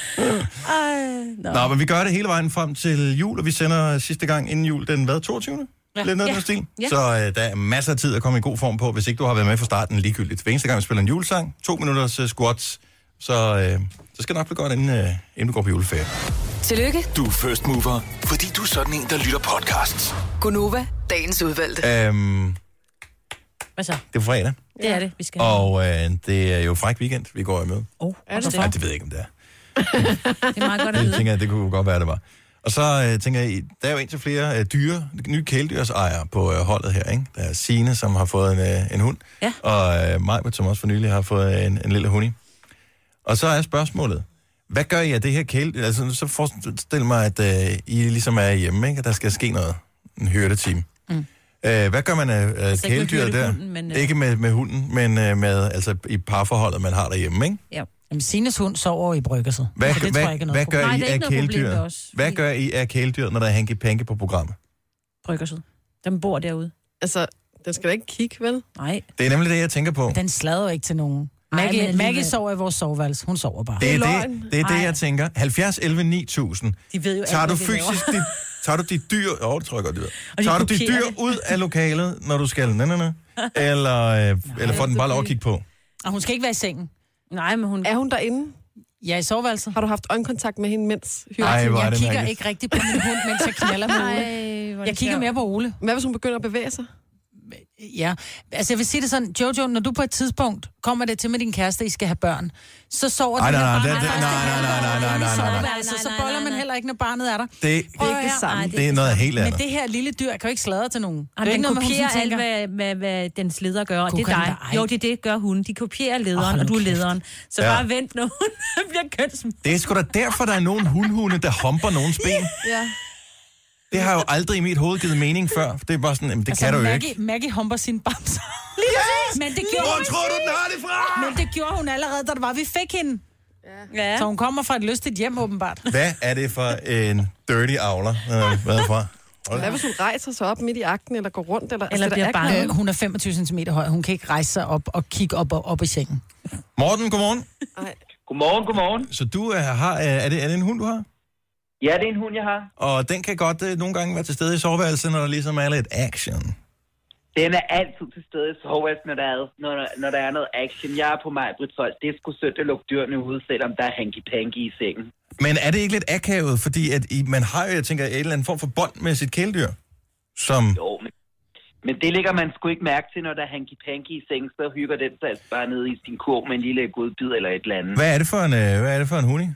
Ej, Nå. Nå, men vi gør det hele vejen frem til jul, og vi sender sidste gang inden jul den hvad, toogtyvende Ja. Lidt noget Ja. ja. stil. Ja. Så uh, der er masser af tid at komme i god form på, hvis ikke du har været med fra starten ligegyldigt. Hver eneste gang vi spiller en julesang, to minutters uh, squats, så, uh, så skal det nok blive godt, inden, uh, inden du går på juleferie. Tillykke, Du er first mover, fordi du er sådan en, der lytter podcasts. Gunova, dagens udvalgte. Um, Hvad så? det er fredag, Det er det, vi skal. og uh, det er jo fræk weekend, vi går imod. Oh, Er det Nej, det ved jeg ikke, om det er. Det er meget godt at Jeg vide. tænker, at det kunne godt være, det var. Og så øh, tænker jeg, der er jo indtil flere øh, dyre, nye kæledyrsejere på øh, holdet her, ikke? Der er Signe, som har fået en, øh, en hund, Ja. og øh, Majbert, som også for nylig har fået en, en lille hundi. Og så er spørgsmålet, hvad gør I af det her kæledyr? Altså, så forestil mig, at øh, I ligesom er hjemme, ikke? At der skal ske noget, en hyrdetime. Mm. Øh, hvad gør man af, af Altså ikke med kæledyret der? hyrdehunden, men, øh, Ikke med, med hunden, men øh, med, altså, i parforholdet, man har derhjemme, ikke? Ja. Jamen, Sines hund sover i bryggerset. Hvad, Så det hvad, tror jeg ikke er hvad noget gør Nej, I det er af ikke noget problem med kæledyret? os, Hvad fordi- gør I af kæledyret, når der er hanky-panky på programmet? Bryggersud. Dem bor derude. Altså, den skal da ikke kigge, vel? Nej. Det er nemlig det, jeg tænker på. Den slader jo ikke til nogen. Ej, Maggie, men alligevel. Maggie sover i vores soveværelse. Hun sover bare. Det er Det er det, løgn. det, er det Ej. jeg tænker. halvfjerds elleve ni tusind. De ved jo Tager alt, du hvad vi laver. fysisk dit, tager du dit dyr... Åh, oh, det tror jeg godt, de ved. Og de Tager du dit kopierer dyr det. ud af lokalet, når du skal... Nej, nej, nej. Eller, øh, eller får den bare lov at kigge på. Og hun skal ikke være i sengen. Nej, men hun... Er hun derinde? Jeg er i soveværelset. Har du haft øjenkontakt med hende, mens hyrer? Ej, hvor er Jeg det kigger mærkeligt. ikke rigtig på min hund, mens jeg knaller med Ole. Ej, hvor er det Jeg kigger sjovt. mere på Ole. Hvad hvis hun begynder at bevæge sig? Ja, altså jeg vil sige det sådan, Jojo, når du på et tidspunkt kommer det til med din kæreste, I skal have børn, så sover Ej, det nej, her nej, barn det- det- først nej, i nej, nej, nej, nej, nej, nej, nej. soveværelset, så Nej, nej, boller man nej. heller ikke, når barnet er der. Det, Det er ikke det samme. Ej, det er noget helt Men andet. det her lille dyr kan jo ikke sladre til nogen. Det er Jamen, jo ikke den noget, man kopierer sådan alt, tænker. hvad, hvad, hvad dens leder gør, og Gud, det er kan dig. den da- Jo, det er det, gør hun. De kopierer lederen, Åh, og du er nu kæft. lederen. Så Ja. bare vent, når hun bliver kønsmød. Det er sgu da derfor, der er nogen hundhunde, der humper nogens ben. Ja. Det har jo aldrig i mit hoved givet mening før. Det er bare sådan, jamen, det kan du jo Maggie, ikke. Maggie humper sin bamser. Yes! Men det gjorde Hvor hun, tror du, den har det fra? men det gjorde hun allerede, da det var, vi fik hende. Ja. Så hun kommer fra et lystigt hjem, åbenbart. Hvad er det for en dirty avler? Øh, Hvad fra? Hold Hvad da. hvis hun rejser sig op midt i akten, eller går rundt? Eller, Eller altså, bliver det er bange. akavet. Øh, hun er femogtyve centimeter høj. Hun kan ikke rejse sig op og kigge op, op, op i sengen. Morten, godmorgen. Ej. Godmorgen, godmorgen. Så du er, har, er, det, er det en hund, du har? Ja, det er en hund, jeg har. Og den kan godt øh, nogle gange være til stede i soveværelset, når der ligesom er lidt action. Den er altid til stede i soveværelset, når der er, når, når der er noget action. Jeg er på mig, Britsvold. Det er sgu sødt at lukke dyrene ude, selvom der er hanky-panky i sengen. Men er det ikke lidt akavet, fordi at I, man har jo, jeg tænker, en eller anden form for bånd med sit kæledyr? Som... Jo, men, men det lægger man sgu ikke mærke til, når der er hanky-panky i sengen. Så hygger den sig altså bare nede i sin kurv med en lille godbid eller et eller andet. Hvad er det for en, øh, hvad er det for en hundi?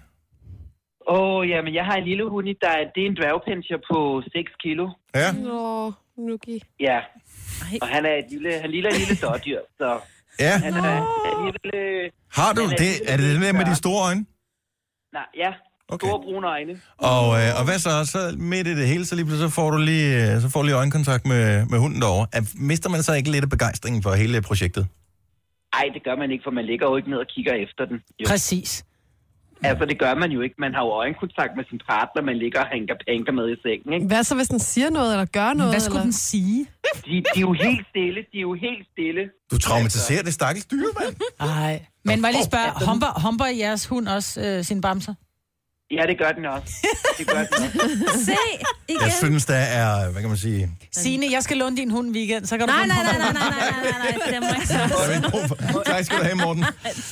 Åh, oh, jamen, jeg har en lille hund, der er, det er en dværgpinscher på seks kilo. Ja. Nå, Nuki. Ja, Ej. og han er et lille, han lille, lille dårdyr, så Ja. han er, er en lille... Har du han det? Er det det der med de store øjne? Nej, ja, Okay. store brune øjne. Og, øh, og hvad så? Så midt i det hele, så lige pludselig så får du lige, øh, så får du lige øjenkontakt med, med hunden derovre. Er, mister man så ikke lidt af begejstringen for hele projektet? Ej, det gør man ikke, for man ligger jo ikke ned og kigger efter den. Jo. Præcis. Altså, det gør man jo ikke. Man har jo øjenkontakt med sin partner, man ligger og hanker panker med i sengen, ikke? Hvad så, hvis den siger noget, eller gør noget? Hvad skulle eller? den sige? De, de er jo helt stille, de er jo helt stille. Du traumatiserer det stakkels dyr, mand. Nej. Men må jeg lige spørge, humper, humper jeres hund også øh, sin bamser? Ja, det gør den også. Det gør den også. Se, igen. Jeg synes, der er, hvad kan man sige... Signe, jeg skal låne din hund en weekend, så kan du Nej, få en nej, nej, humper. nej, nej, nej, nej, nej, det må jeg så. Der er ikke brug for. Tak skal du have, Morten.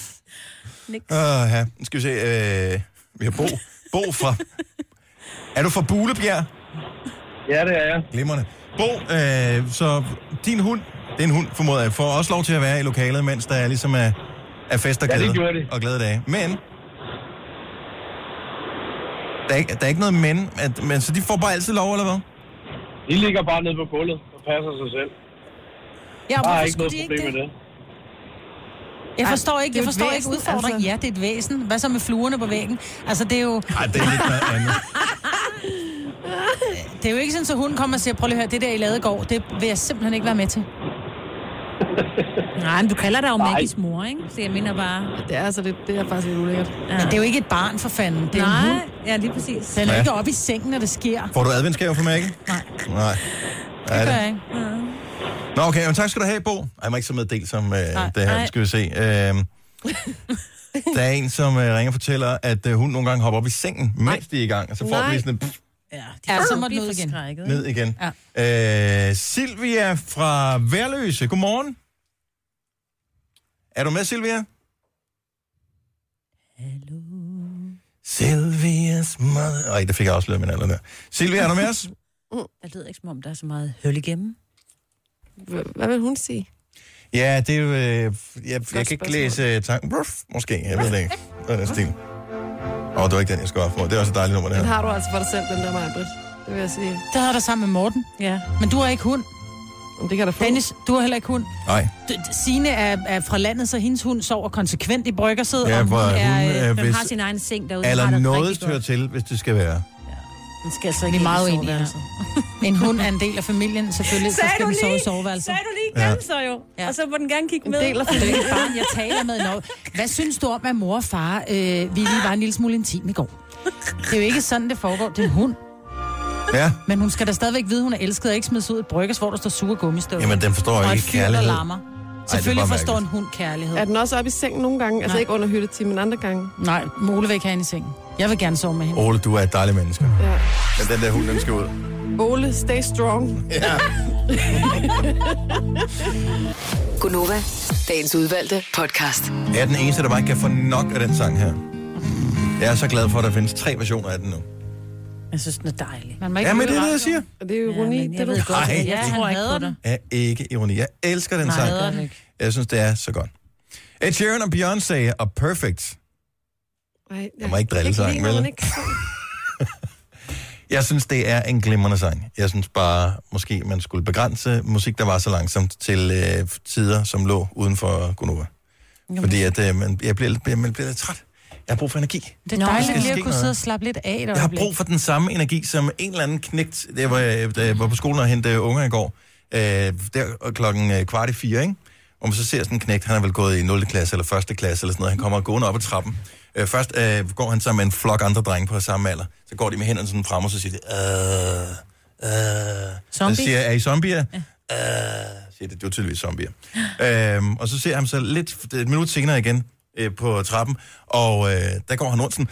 Niks. Uh, ja. Nu skal vi se. Øh, vi har Bo. Bo fra... Er du fra Bulebjerg? Ja, det er jeg. Glimrende. Bo, øh, så din hund, det er en hund, formoder jeg, får også lov til at være i lokalet, mens der er ligesom er, er fest og Ja, det glæde, gjorde de. og glade dage. Men... Der er, ikke, der er ikke noget men, at, men så de får bare altid lov, eller hvad? De ligger bare nede på gulvet og passer sig selv. Ja, Der er hvorfor ikke skulle noget de problem ikke med det? det. Jeg forstår ikke, det er jeg jo et forstår ikke væsen, udfordringen. altså. Ja, det er et væsen. Hvad så med fluerne på væggen? Altså, det er jo, Nej, det er lidt noget andet. det er jo ikke sådan, så hunden kommer og siger, prøv lige at høre, det der, I lavede i går, det vil jeg simpelthen ikke være med til. Nej, men du kalder dig jo Maggies mor, ikke? Så jeg mener bare... Det er, altså, det, det er faktisk lidt ulækkert. Ja. Men det er jo ikke et barn, for fanden. Det er en Nej, hund. ja, lige præcis. Den er Ja. ikke oppe i sengen, når det sker. Får du adventsgave fra Maggie? Nej, Nej. det gør jeg ikke. Nå, okay, men tak skal du have, Bo. Ej, jeg må ikke så med del som øh, Nej. det her, Nej. skal vi se. Øh, der er en, som øh, ringer og fortæller, at øh, hun nogle gange hopper op i sengen, mens de er i gang, og så får Nej. vi sådan en pff, Ja, de Ja, får så så må blive den ud igen. forskrækket, ned ikke? igen. Ja. Øh, Silvia fra Værløse, godmorgen. Er du med, Silvia? Hallo. Silvias mother... Ej, der fik jeg afsløret min alder der. Silvia, er du med os? Jeg lyder ikke, som om der er så meget høl igennem. H- Hvad vil hun sige? Ja, det er jo... Øh, jeg, jeg kan ikke spørgsmål. læse tanken. Ruff, måske, jeg ved det ikke. Det er den stil. Åh, det var ikke den, jeg skulle have for. Det er også et dejligt nummer, det Den her. har du altså for dig selv, den der, Maja Britt. Det vil jeg sige. Det havde der sammen med Morten. Ja. Men du har ikke hund. Om det kan der få. Dennis, du har heller ikke hund. Nej. D- Signe er, er fra landet, så hendes hund sover konsekvent i bryggersædet. Ja, og hvor hun hun er, er, Den hvis... har sin egen seng derude. Den Eller har det noget rigtig hører godt. til, hvis det skal være. Den skal altså Vi ikke er meget ind i uenige her. soveværelset. En hund er en del af familien, selvfølgelig. Så Sagde skal du den sove i lige? soveværelset. Sagde du lige igen, så jo. Ja. Og så må den gerne kigge En med. del af Det er jo ikke bare, jeg taler med noget. Hvad synes du om, at mor og far, øh, vi lige var en lille smule intim i går? Det er jo ikke sådan, det foregår. Det er en hund. Ja, Men hun skal da stadigvæk vide, hun er elsket og ikke smides ud i et bryggers, hvor der står sure gummistøvler. jamen den forstår og ikke et fyr, der kærlighed. larmer. Selvfølgelig bare forstår en mærkeligt. hund kærlighed. Er den også oppe i sengen nogle gange? Altså Nej. ikke under hyttetimen, men andre gange? Nej, Ole vil ikke have hende i sengen. Jeg vil gerne sove med hende. Ole, du er et dejligt menneske. Ja. Men den der hund, den skal ud. Ole, stay strong. Ja. Gunova, dagens udvalgte podcast. Jeg er den eneste, der bare ikke kan få nok af den sang her. Jeg er så glad for, at der findes tre versioner af den nu. Jeg synes, den er dejlig. Man må ikke Ja, men det er høre det, jeg siger. Og det er jo Ja, ironi, men det jeg du. ved godt, Nej. jeg Ja, tror han ikke på hader dig. Er ikke ironi. Jeg elsker den Nej, sang. hader den ikke. Jeg synes, det er så godt. Ed Sheeran og Beyoncé og Perfect. Ej, Jeg må ikke drille jeg kan sangen, lide, når vel? man ikke- Jeg synes, det er en glimrende sang. Jeg synes bare, måske man skulle begrænse musik, der var så langsomt til øh, tider, som lå uden for Gunova. Fordi at, øh, man, jeg, bliver, lidt- man bliver lidt træt. Jeg har brug for energi. Det er Nå, dejligt der lige skal at ske kunne noget. sidde og slappe lidt af et Jeg har øjeblik. brug for den samme energi, som en eller anden knægt, da jeg var, da jeg var på skolen og hentede unger i går. Øh, der klokken øh, kvart i fire, ikke? Og man så ser sådan en knægt, han er vel gået i nul klasse eller første klasse eller sådan noget. Han kommer gående op ad trappen. Øh, først øh, går han sammen med en flok andre drenge på samme alder. Så går de med hænderne sådan frem, og så siger de, øh, øh. Zombie? Så siger jeg, er I zombier? Ja. Øh, siger det, det var tydeligvis zombier. øhm, og så ser han så lidt, et minut senere igen øh, på trappen, og øh, der går han rundt sådan,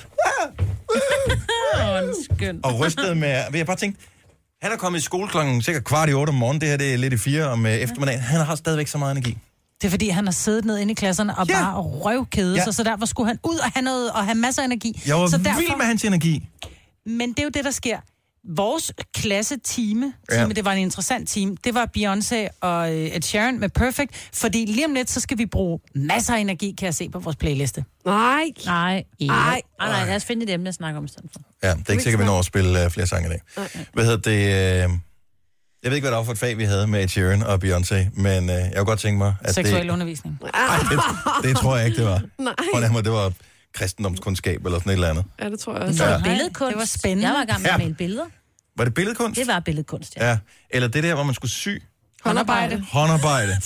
Åh, skøn. og rystede med, jeg bare tænkte, han er kommet i skole klokken sikkert kvart i otte om morgenen, det her det er lidt i fire om øh, eftermiddagen, han har stadigvæk så meget energi. Det er fordi, han har siddet ned inde i klasserne og Ja. bare røvkædet Ja. sig, så derfor skulle han ud og have noget og have masser af energi. Jeg var så vild med hans energi. Men det er jo det, der sker. Vores klassetime, Ja. time, det var en interessant time, det var Beyoncé og øh, Ed Sheeran med Perfect, fordi lige om lidt, så skal vi bruge masser af energi, kan jeg se på vores playliste. Nej. Nej. Ja. Nej. Nej, nej, lad os finde et emne at snakke om i stedet for. Ja, det er ikke sikkert, vi når at spille uh, flere sange i dag. Hvad hedder det? Øh, jeg ved ikke, hvad det var for et fag, vi havde med Ed Sheeran og Beyoncé, men øh, jeg kunne godt tænke mig, at Seksuel det... undervisning. Ej, det, det tror jeg ikke, det var. Nej. Prøv mig, det var kristendomskundskab eller sådan et eller andet. Ja, det tror jeg Det også. var Ja. billedkunst. Det var spændende. Jeg var i gang med Ja. at male billeder. Var det billedkunst? Det var billedkunst, ja. Ja, eller det der, hvor man skulle sy Håndarbejde. håndarbejde.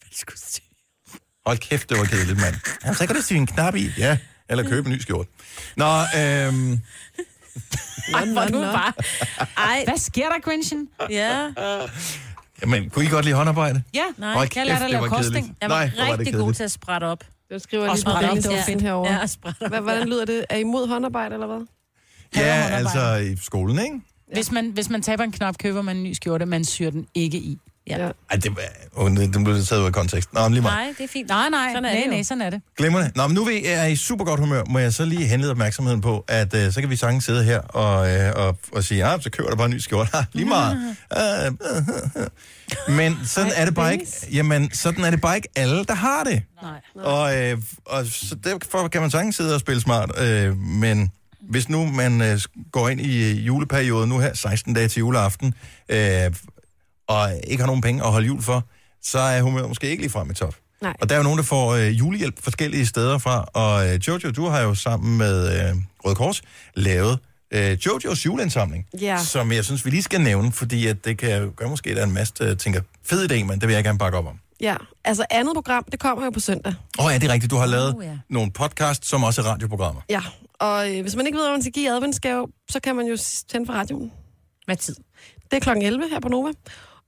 Hold kæft, det var kedeligt, mand. Ja, så kan du sy en knap i. Ja, eller købe en ny skjort. Nå, øhm... Ej, hvor du bare... Ej, Hvad sker der, Grinchen? ja. Jamen, kunne I godt lide håndarbejde? Ja, Nej, Hold jeg lærte at det lave var kosting. kedeligt. Jeg var Nej, hvor var det rigtig god kedeligt. til at sprætte op. Det skriver jeg Og lige på sprætte op, Dennis det var listen fedt. herovre. Ja, og sprætte op. Hvad, hvordan lyder det? Er I imod håndarbejde, eller hvad? Ja, håndarbejde. altså i skolen, ikke? Hvis man, hvis man taber en knap, køber man en ny skjorte, man syr den ikke i. Ja. Ja. Ej, det var... Oh, det, den blev taget ud af kontekst. Nå, men lige meget. Nej, det er fint. Nej, nej, Sådan er nej, det jo. nej, sådan er det. Glimrende. Nå, men nu vi er i super godt humør, må jeg så lige henlede opmærksomheden på, at øh, så kan vi sagtens sidde her og, øh, og, og sige, ja, så køber der bare en ny skjorte. Ha, lige meget. Øh, øh, øh. Men sådan Ej, er det bare ikke. Dennis. Jamen, sådan er det bare ikke alle, der har det. Nej. Og, øh, og så derfor kan man sagtens sidde og spille smart. Øh, men hvis nu man øh, går ind i juleperioden nu her, seksten dage til juleaften, øh, og ikke har nogen penge at holde jul for, så er humøret måske ikke lige frem i top. Nej. Og der er jo nogen, der får øh, julehjælp forskellige steder fra. Og øh, Jojo, du har jo sammen med øh, Røde Kors lavet øh, Jojos juleindsamling, Ja. som jeg synes, vi lige skal nævne, fordi at det kan gøre måske, at der er en masse, der tænker, fed idé, men det vil jeg gerne bakke op om. Ja, altså andet program, det kommer jo på søndag. Åh oh, ja, det er rigtigt. Du har lavet Oh, ja. nogle podcasts, som også er radioprogrammer. Ja, og øh, hvis man ikke ved, hvad man skal give i adventsgave, så kan man jo tænde for radioen. Hvad tid? Det er klokken elleve her på Nova.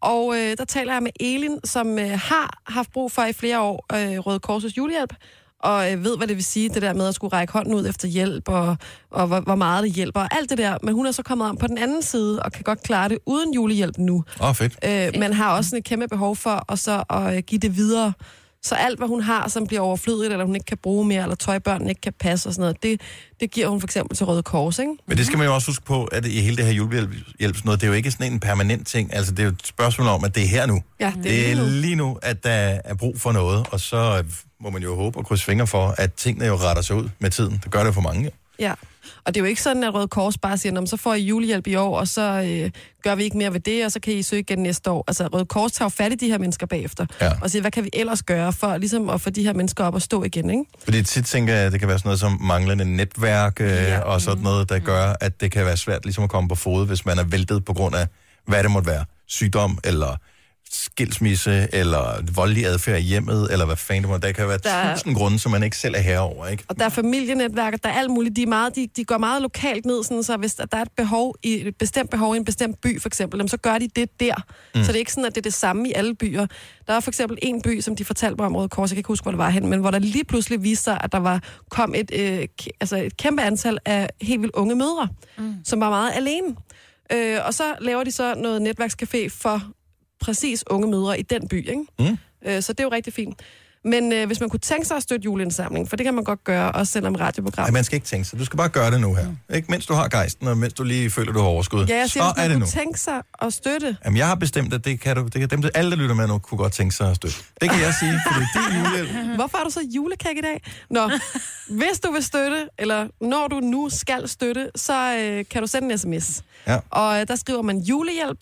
Og øh, der taler jeg med Elin, som øh, har haft brug for i flere år øh, Røde Korsets julehjælp, og øh, ved, hvad det vil sige, det der med at skulle række hånden ud efter hjælp, og, og hvor, hvor meget det hjælper, og alt det der. Men hun er så kommet om på den anden side, og kan godt klare det uden julehjælp nu. Åh, oh, fedt. Øh, men har også sådan et kæmpe behov for at, så, at give det videre. Så alt, hvad hun har, som bliver overflødigt, eller hun ikke kan bruge mere, eller tøjbørnene ikke kan passe og sådan noget, det, det giver hun for eksempel til Røde Kors, ikke? Men det skal man jo også huske på, at i hele det her julehjælp, sådan noget, det er jo ikke sådan en permanent ting. Altså, det er jo et spørgsmål om, at det er her nu. Ja, det, det er lige nu. lige nu, at der er brug for noget, og så må man jo håbe og krydse fingre for, at tingene jo retter sig ud med tiden. Det gør det for mange, jo. Ja, og det er jo ikke sådan, at Røde Kors bare siger, så får I julehjælp i år, og så øh, gør vi ikke mere ved det, og så kan I søge igen næste år. Altså, Røde Kors tager jo fat i de her mennesker bagefter, ja. og siger, hvad kan vi ellers gøre for ligesom at få de her mennesker op og stå igen, ikke? Fordi tit tænker jeg, at det kan være sådan noget som manglende netværk, øh, ja. og sådan noget, der gør, at det kan være svært ligesom at komme på fod, hvis man er væltet på grund af, hvad det måtte være. Sygdom, eller skilsmisse, eller voldelig adfærd i hjemmet, eller hvad fanden det må. Der kan være der... tusind grunde, som man ikke selv er herover, ikke? Og der er familienetværker, der er alt muligt. De, er meget, de, de går meget lokalt ned, sådan, så hvis der er et behov i et bestemt behov i en bestemt by, for eksempel, så gør de det der. Mm. Så det er ikke sådan, at det er det samme i alle byer. Der er for eksempel en by, som de fortalte mig om Røde Kors, jeg kan ikke huske, hvor det var hen, men hvor der lige pludselig viste sig, at der var kom et, øh, k- altså et kæmpe antal af helt vildt unge mødre, mm. som var meget alene. Øh, og så laver de så noget netværkscafé for præcis unge mødre i den by, ikke? Mm. Øh, så det er jo rigtig fint. Men øh, hvis man kunne tænke sig at støtte juleindsamling, for det kan man godt gøre, også selvom radioprogram. Nej, man skal ikke tænke sig. Du skal bare gøre det nu her. Mm. Ikke mens du har gejsten, og mens du lige føler, du har overskud. Ja, jeg siger, så hvis man er det kunne nu. tænke sig at støtte. Jamen, jeg har bestemt, at det kan du. Det kan dem, der alle, der lytter med nu, kunne godt tænke sig at støtte. Det kan jeg sige, for det er din julehjælp. Hvorfor er du så julekage i dag? Nå, hvis du vil støtte, eller når du nu skal støtte, så øh, kan du sende en sms. Ja. Og øh, der skriver man julehjælp,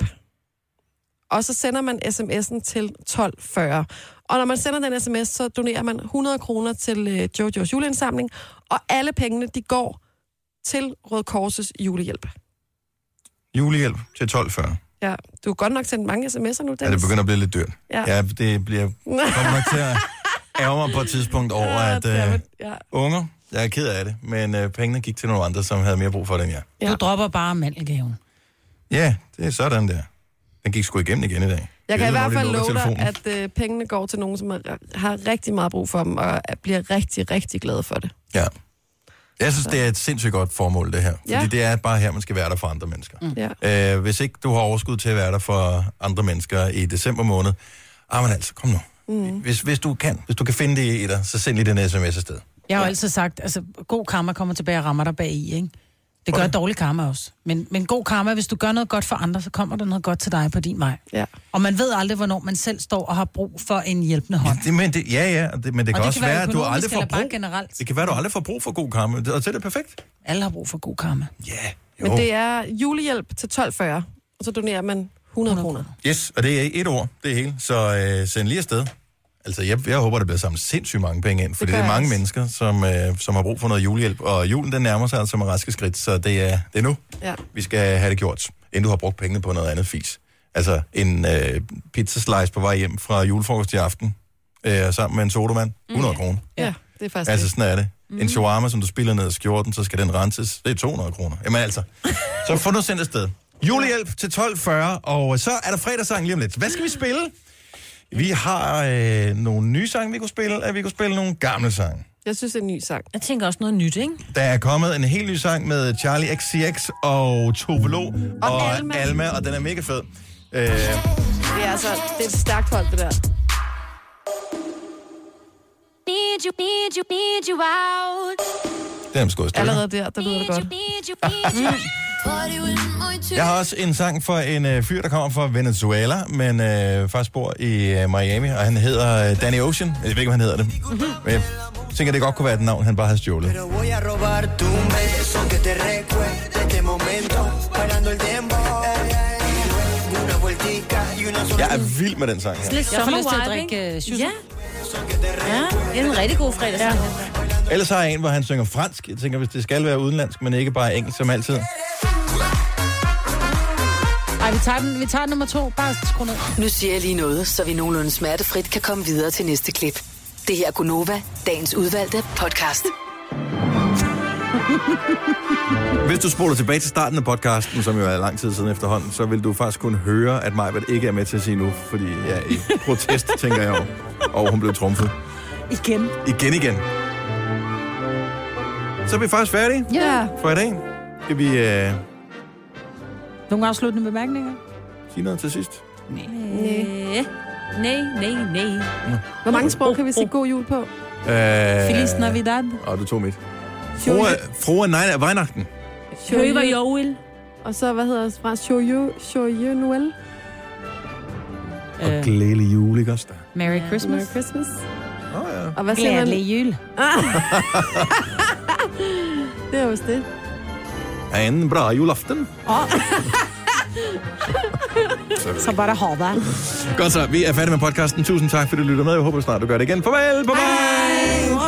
og så sender man sms'en til tolv fyrre. Og når man sender den sms, så donerer man hundrede kroner til øh, Jojos juleindsamling, og alle pengene, de går til Røde Korsets julehjælp. Julehjælp til tolv fyrre. Ja, du har godt nok sendt mange sms'er nu, Dennis. Ja, det begynder at blive lidt dyrt. Ja, ja det bliver kommer nok til at ærge mig på et tidspunkt over, ja, at øh, ja. unger, jeg er ked af det, men øh, pengene gik til nogle andre, som havde mere brug for det end jeg. Ja. Du dropper bare mandelgaven. Ja, det er sådan der. Den gik sgu igennem igen i dag. Jeg kan i hvert fald love dig, at øh, pengene går til nogen, som har, har rigtig meget brug for dem, og bliver rigtig, rigtig glade for det. Ja. Jeg synes, det er et sindssygt godt formål, det her. Fordi ja. det er bare her, man skal være der for andre mennesker. Mm. Ja. Øh, hvis ikke du har overskud til at være der for andre mennesker i december måned, ah, men altså, kom nu. Mm. Hvis, hvis du kan, hvis du kan finde det i dig, så send lige den sms afsted. Jeg har jo ja. altid sagt, altså, god karma kommer tilbage og rammer dig bag i, ikke? Det gør okay. dårlig karma også. Men, men god karma, hvis du gør noget godt for andre, så kommer der noget godt til dig på din vej. Ja. Og man ved aldrig, hvornår man selv står og har brug for en hjælpende hånd. Ja, det, men det, ja, ja, det, men det kan det også kan være, være, at du aldrig får brug. Generelt. Det kan være, at du aldrig får brug for god karma, og så er det perfekt. Alle har brug for god karma. Ja, jo. Men det er julehjælp til tolv fyrre, og så donerer man hundrede kroner. Yes, og det er et ord, det er hele. Så øh, send lige afsted. Altså, jeg, jeg håber, der bliver samlet sindssygt mange penge ind, fordi det, det er mange også. mennesker, som, øh, som har brug for noget julehjælp. Og julen, den nærmer sig altså med raske skridt, så det er, det er nu, ja. vi skal have det gjort, inden du har brugt pengene på noget andet fis. Altså, en øh, pizzaslice på vej hjem fra julefrokost i aften, øh, sammen med en sodavand, hundrede kroner. Ja, det er faktisk Altså, sådan er det. Mm. En shawarma, som du spiller ned af skjorten, så skal den renses. Det er to hundrede kroner. Jamen altså, så få noget sendt afsted. Julehjælp til tolv fyrre, og så er der fredagssang lige om lidt. Hvad skal vi spille? Vi har øh, nogle nye sange, vi kunne spille, og vi kunne spille nogle gamle sange. Jeg synes, det er en ny sang. Jeg tænker også noget nyt, ikke? Der er kommet en helt ny sang med Charlie X C X og Tove Lo og, og Alma. Alma, og den er mega fed. Øh, det er altså, det er et stærkt hold, det der. Need you, need you, need you out. Det er sgu allerede der, der lyder det godt. Jeg har også en sang for en øh, fyr, der kommer fra Venezuela, men øh, faktisk bor i øh, Miami, og han hedder øh, Danny Ocean. Jeg ved ikke, hvad han hedder det. Mm-hmm. Men jeg tænker, det godt kunne være et navn, han bare har stjålet. Jeg er vild med den sang her. Lidt sommervibe, ikke? Ja. Ja, det er en rigtig god fredagssang. Ja. Ellers har jeg en, hvor han synger fransk. Jeg tænker, hvis det skal være udenlandsk, men ikke bare engelsk som altid. Ej, vi tager, den, vi tager nummer to. Bare skru ned. Nu siger jeg lige noget, så vi nogenlunde smertefrit kan komme videre til næste klip. Det her er Gunova, dagens udvalgte podcast. Hvis du spoler tilbage til starten af podcasten, som jo er lang tid siden efterhånden, så vil du faktisk kunne høre, at Majbert ikke er med til at sige nu, fordi ja, i protest, tænker jeg over, og hun blev trumfet. Igen. Igen, igen. Så er vi faktisk færdige Ja. for i dag. Skal vi øh, Nogle afsluttende bemærkninger? sige noget til sidst? Nej. Nej, nej, nej. Hvor mange sprog kan vi sige god jul på? Øh, Feliz Navidad. Og du tog mit. Frohe, frohe nej, Weihnachten. Høver Joel. Og så, hvad hedder det fra? Joyeux Joyeux Noël. Og glædelig jul, ikke også? Merry Christmas. Merry Christmas. Åh oh, ja. Og hvad siger man? Glædelig jul. Det er jo det. En bra julaften. Oh. Så bare ha det. Godt så, vi er færdige med podcasten. Tusind tak, fordi du lytter med. Jeg håber snart, du gør det igen. Farvel, bye bye!